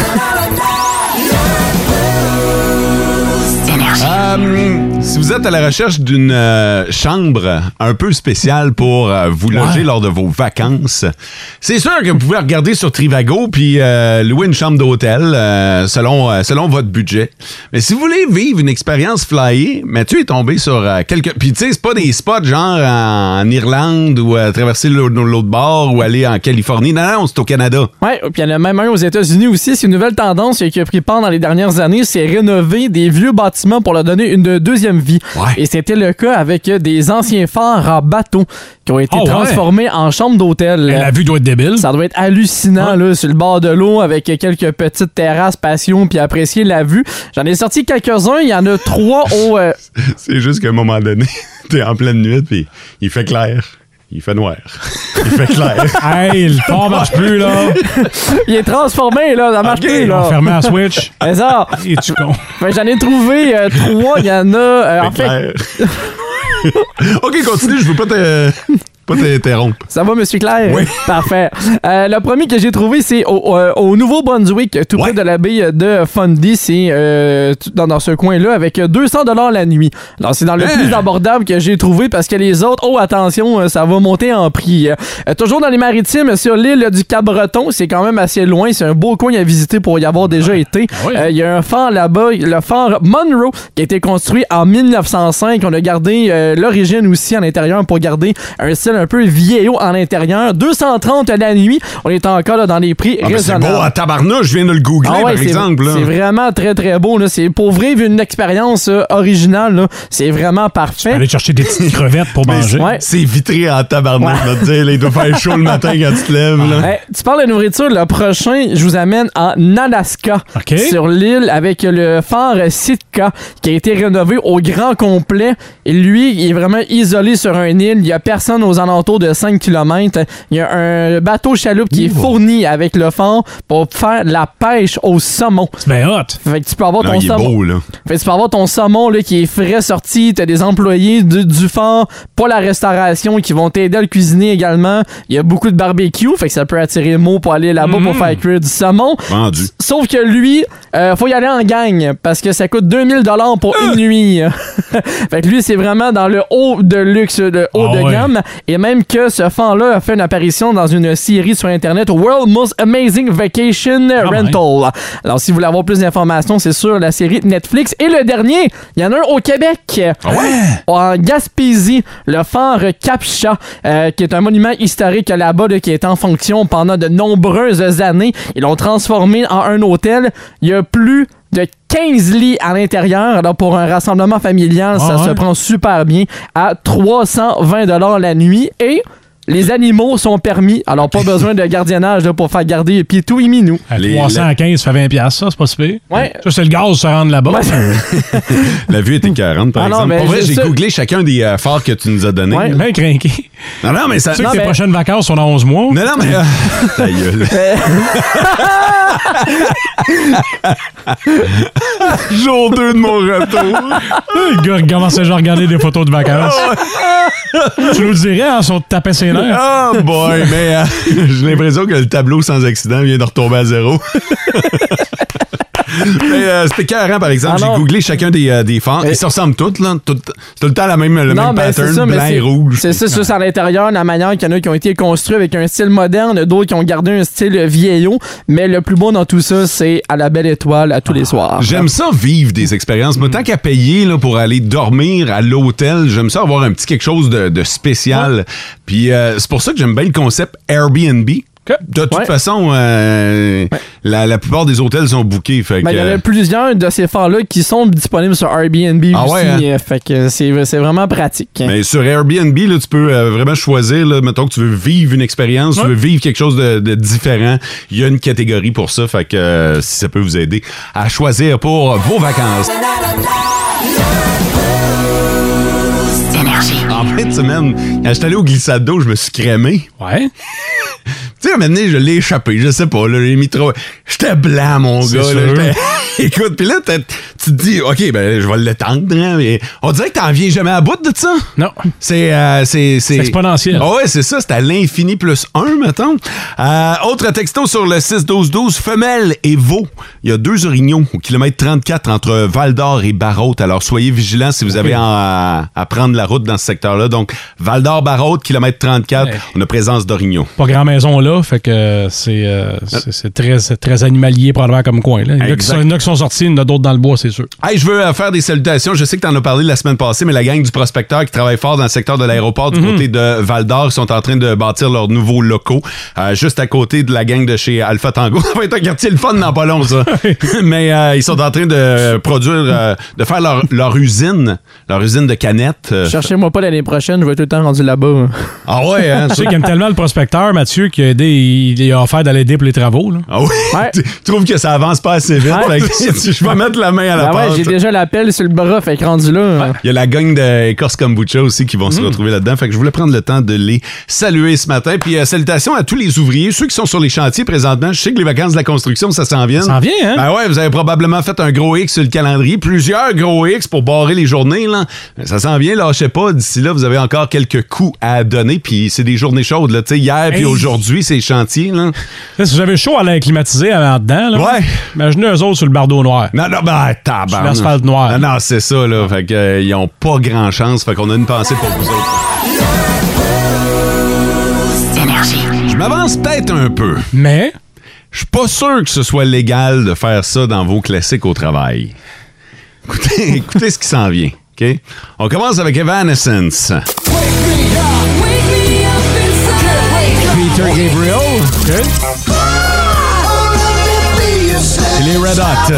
Euh, si vous êtes à la recherche d'une euh, chambre un peu spéciale pour euh, vous loger ouais. lors de vos vacances, c'est sûr que vous pouvez regarder sur Trivago puis euh, louer une chambre d'hôtel euh, selon, euh, selon votre budget. Mais si vous voulez vivre une expérience flyée, Mathieu est tombé sur euh, quelques... Puis tu sais, c'est pas des spots genre en, en Irlande ou euh, traverser l'autre, l'autre bord ou aller en Californie. Non, non, c'est au Canada. Ouais, puis il y en a même un aux États-Unis aussi. C'est une nouvelle tendance qui a pris part dans les dernières années, c'est rénover des vieux bâtiments pour leur donner une deuxième vie. Ouais. Et c'était le cas avec des anciens phares en bateau qui ont été oh, transformés ouais. en chambre d'hôtel. Et la vue doit être débile. Ça doit être hallucinant, ouais. là, sur le bord de l'eau, avec quelques petites terrasses patio, puis apprécier la vue. J'en ai sorti quelques-uns. Il y en a trois au... Euh... C'est juste qu'à un moment donné, t'es en pleine nuit, puis il fait clair. il fait noir. Il fait clair. Hey, le fond marche plus, là. Il est transformé, là. Ça marche Ok, plus, On là. fermé la Switch. C'est ça. Et tu con. Ben, j'en ai trouvé euh, trois. Il y en a. euh, en fait, Clair. OK, continue, je veux pas te... Pas t'interrompre. ça va, Monsieur Claire? Oui. Parfait. Euh, le premier que j'ai trouvé, c'est au, au, au Nouveau-Brunswick, tout près Ouais. de la baie de Fundy. C'est euh, tout dans, dans ce coin-là, avec deux cents dollars la nuit. Alors, c'est dans le Hein? plus abordable que j'ai trouvé parce que les autres, oh, attention, euh, ça va monter en prix. Euh, toujours dans les maritimes, sur l'île du Cap-Breton, c'est quand même assez loin. C'est un beau coin à visiter pour y avoir déjà été. Ah ouais. Euh, Il y a un phare là-bas, le phare Monroe, qui a été construit en mille neuf cent cinq. On a gardé euh, l'origine aussi à l'intérieur pour garder un style un peu vieillot en l'intérieur. deux cent trente la nuit. On est encore là, dans les prix Ah, ben, c'est raisonnables. beau à tabarnouche, je viens de le googler, Ah ouais, par c'est- exemple. là. C'est vraiment très, très beau. Là. C'est pour vivre une expérience euh, originale. Là. C'est vraiment parfait. Aller chercher des petites crevettes pour Mais manger. Ouais. C'est vitré en tabarnouche, je vais te dire. Là, il doit faire chaud le matin quand tu te lèves. Là. Hey, tu parles de nourriture, le prochain, je vous amène en Alaska, OK. sur l'île, avec le phare Sitka, qui a été rénové au grand complet. Et lui, il est vraiment isolé sur une île. Il n'y a personne aux alentours de cinq kilomètres. Il y a un bateau chaloupe qui est fourni avec le phare pour faire de la pêche au saumon. C'est bien hot. Fait que tu peux avoir Non, ton il est saumon. beau, là. Fait que tu peux avoir ton saumon là, qui est frais sorti. T'as des employés du, du phare pour la restauration qui vont t'aider à le cuisiner également. Il y a beaucoup de barbecue, fait que ça peut attirer le mot pour aller là-bas Mm. pour faire cuire du saumon. Vendu. Sauf que lui, euh, faut y aller en gang parce que ça coûte deux mille dollars pour une nuit. Fait que lui, c'est vraiment dans le haut de luxe, le haut Ah de ouais. gamme. Et même que ce fan-là a fait une apparition dans une série sur Internet, World Most Amazing Vacation Rental. Alors, si vous voulez avoir plus d'informations, c'est sur la série Netflix. Et le dernier, il y en a un au Québec. En Gaspésie, le phare Cap-Chat, euh, qui est un monument historique là-bas là, qui est en fonction pendant de nombreuses années. Ils l'ont transformé en un hôtel. Il y a plus de quinze lits à l'intérieur. Alors, pour un rassemblement familial, Ah ça ouais? se prend super bien à trois cent vingt dollars la nuit. Et les animaux sont permis. Alors, pas besoin de gardiennage là, pour faire garder Pitou et Minou. À Les- trois cent quinze, ça fait vingt piastres, ça, c'est pas si pire. Ouais. Ça, c'est le gaz, se rendre là-bas. Ouais. La vue était quarante, par Ah non, exemple. mais Pour vrai, j'ai j'ai ça- googlé chacun des euh, phares que tu nous as donnés. Ouais. là. Bien craqué. Non, non, mais ça... Tu sais Non, que tes mais- prochaines vacances sont dans onze mois. Non, non, mais... euh, Ta gueule. Jour deux de mon retour. Le gars commençait déjà à regarder des photos de vacances. Tu nous dirais, hein, sont tapés ses nerfs. Oh boy, mais euh, j'ai l'impression que le tableau sans accident vient de retomber à zéro. Mais euh, c'était carré, par exemple. Ah non. J'ai googlé chacun des, euh, des phares. Mais- Ils se ressemblent tous, là. Tout, c'est tout le temps la même, le Non, même mais c'est pattern, ça, mais blanc c'est- et rouge. C'est ça, c'est juste à l'intérieur, la manière qu'il y en a qui ont été construits avec un style moderne, d'autres qui ont gardé un style vieillot. Mais le plus beau dans tout ça, c'est à la belle étoile, à tous les soirs. J'aime ça vivre des expériences. Moi, tant qu'à payer là, pour aller dormir à l'hôtel, j'aime ça avoir un petit quelque chose de, de spécial. Puis euh, c'est pour ça que j'aime bien le concept Airbnb. De toute Ouais. façon, euh, la, la plupart des hôtels sont bookés. Fait Ben, que, il y en a plusieurs de ces phares-là qui sont disponibles sur Airbnb Ah aussi. ouais, hein? euh, Fait que c'est c'est vraiment pratique. mais sur Airbnb, là, tu peux euh, vraiment choisir, là, mettons que tu veux vivre une expérience, tu veux vivre quelque chose de, de différent. Il y a une catégorie pour ça, fait que euh, si ça peut vous aider à choisir pour vos vacances. En fin de semaine, quand j'étais allé au glissade d'eau, je me suis crémé. Ouais. Tu sais, à un moment donné, je l'ai échappé, je sais pas, là, j'ai mis trop... J'étais blanc, mon C'est gars, là, sûr. j'étais- Écoute, puis là, t'as- tu te dis, OK, ben, je vais l'étendre, hein, mais on dirait que t'en viens jamais à bout de ça. Non. C'est... euh, c'est c'est- C'est exponentiel. Ah ouais, c'est ça, c'est à l'infini plus un, mettons. Euh, autre texto sur le six douze douze, femelle et veau. Il y a deux orignaux au kilomètre trente-quatre entre Val-d'Or et Barraute. Alors, soyez vigilants si vous avez à, à prendre la route dans ce secteur-là. Donc, Val-d'Or, Barraute, kilomètre trente-quatre, Ouais. on a présence d'orignaux. Pas grand maison là, fait que c'est euh, c'est- c'est très, c'est très animalier probablement comme coin. Là. Il y en a qui Exact. sont- il y en a qui sont sortis, il y en a d'autres dans le bois, c'est sûr. Hey, je veux euh, faire des salutations. Je sais que tu en as parlé la semaine passée, mais la gang du prospecteur qui travaille fort dans le secteur de l'aéroport du côté de Val-d'Or, ils sont en train de bâtir leurs nouveaux locaux, euh, juste à côté de la gang de chez Alpha Tango. Ça va être un quartier le fun dans pas long, ça. mais euh, ils sont en train de produire, euh, de faire leur, leur usine, leur usine de canettes. euh. Cherchez-moi pas l'année prochaine, je vais être tout le temps rendu là-bas. Ah ouais, hein? Tu sais qu'il aime tellement le prospecteur, Mathieu, qu'il a, aidé, il, il a offert d'aller aider pour les travaux. Là. Ah oui? Ouais. Tu trouves que ça avance pas assez vite? Ouais. Fait que je vais mettre la main à Ah ouais, pâte. j'ai déjà l'appel sur le bras, fait que rendu là. Il y a la gang de Écorce Kombucha aussi qui vont se Mm. retrouver là-dedans. Fait que je voulais prendre le temps de les saluer ce matin. Puis euh, salutations à tous les ouvriers, ceux qui sont sur les chantiers présentement. Je sais que les vacances de la construction, ça s'en vient. Ça s'en vient, hein? Ben ouais, vous avez probablement fait un gros X sur le calendrier. Plusieurs gros X pour barrer les journées, là. Ben, ça s'en vient, lâchez pas. D'ici là, vous avez encore quelques coups à donner. Puis c'est des journées chaudes, là. Tu sais, hier puis Hey. aujourd'hui, c'est chantier, là. Là, si j'avais chaud à l'air climatisé en dedans, là, Ouais. imaginez eux autres sur le bardeau noir. Non, non, ben, tabarnak. Sur l'asphalte noir. Non, non, c'est ça, là. Fait que, euh, ils ont pas grand chance. Fait qu'on a une pensée pour vous autres. Je m'avance peut-être un peu. Mais? Je suis pas sûr que ce soit légal de faire ça dans vos classiques au travail. Écoutez, écoutez ce qui s'en vient, OK? On commence avec Evanescence. Peter Gabriel. OK? Et les Red Hot.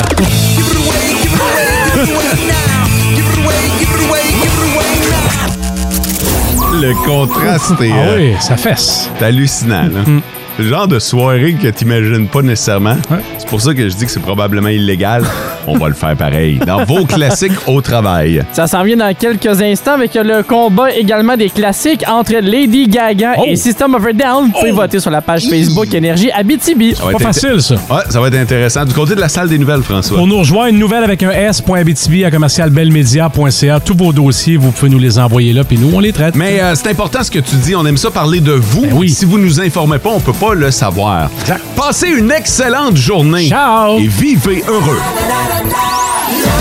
Le contraste est... Ah euh, oui, ça fesse. C'est hallucinant, là. C'est le genre de soirée que t'imagines pas nécessairement. C'est pour ça que je dis que c'est probablement illégal. On va le faire pareil. Dans vos classiques au travail. Ça s'en vient dans quelques instants avec le combat également des classiques entre Lady Gaga Oh. et System of a Down. Vous pouvez voter sur la page Facebook Énergie Abitibi. Ça va Pas être facile, ça. Ouais, ça va être intéressant. Du côté de la salle des nouvelles, François. Pour nous rejoindre, une nouvelle avec un S.Abitibi à commercial belmedia point c a. Tous vos dossiers, vous pouvez nous les envoyer là, puis nous, on les traite. Mais euh, c'est important ce que tu dis. On aime ça parler de vous. Ben oui. Si vous nous informez pas, on peut pas le savoir. Exact. Passez une excellente journée. Ciao. Et vivez heureux.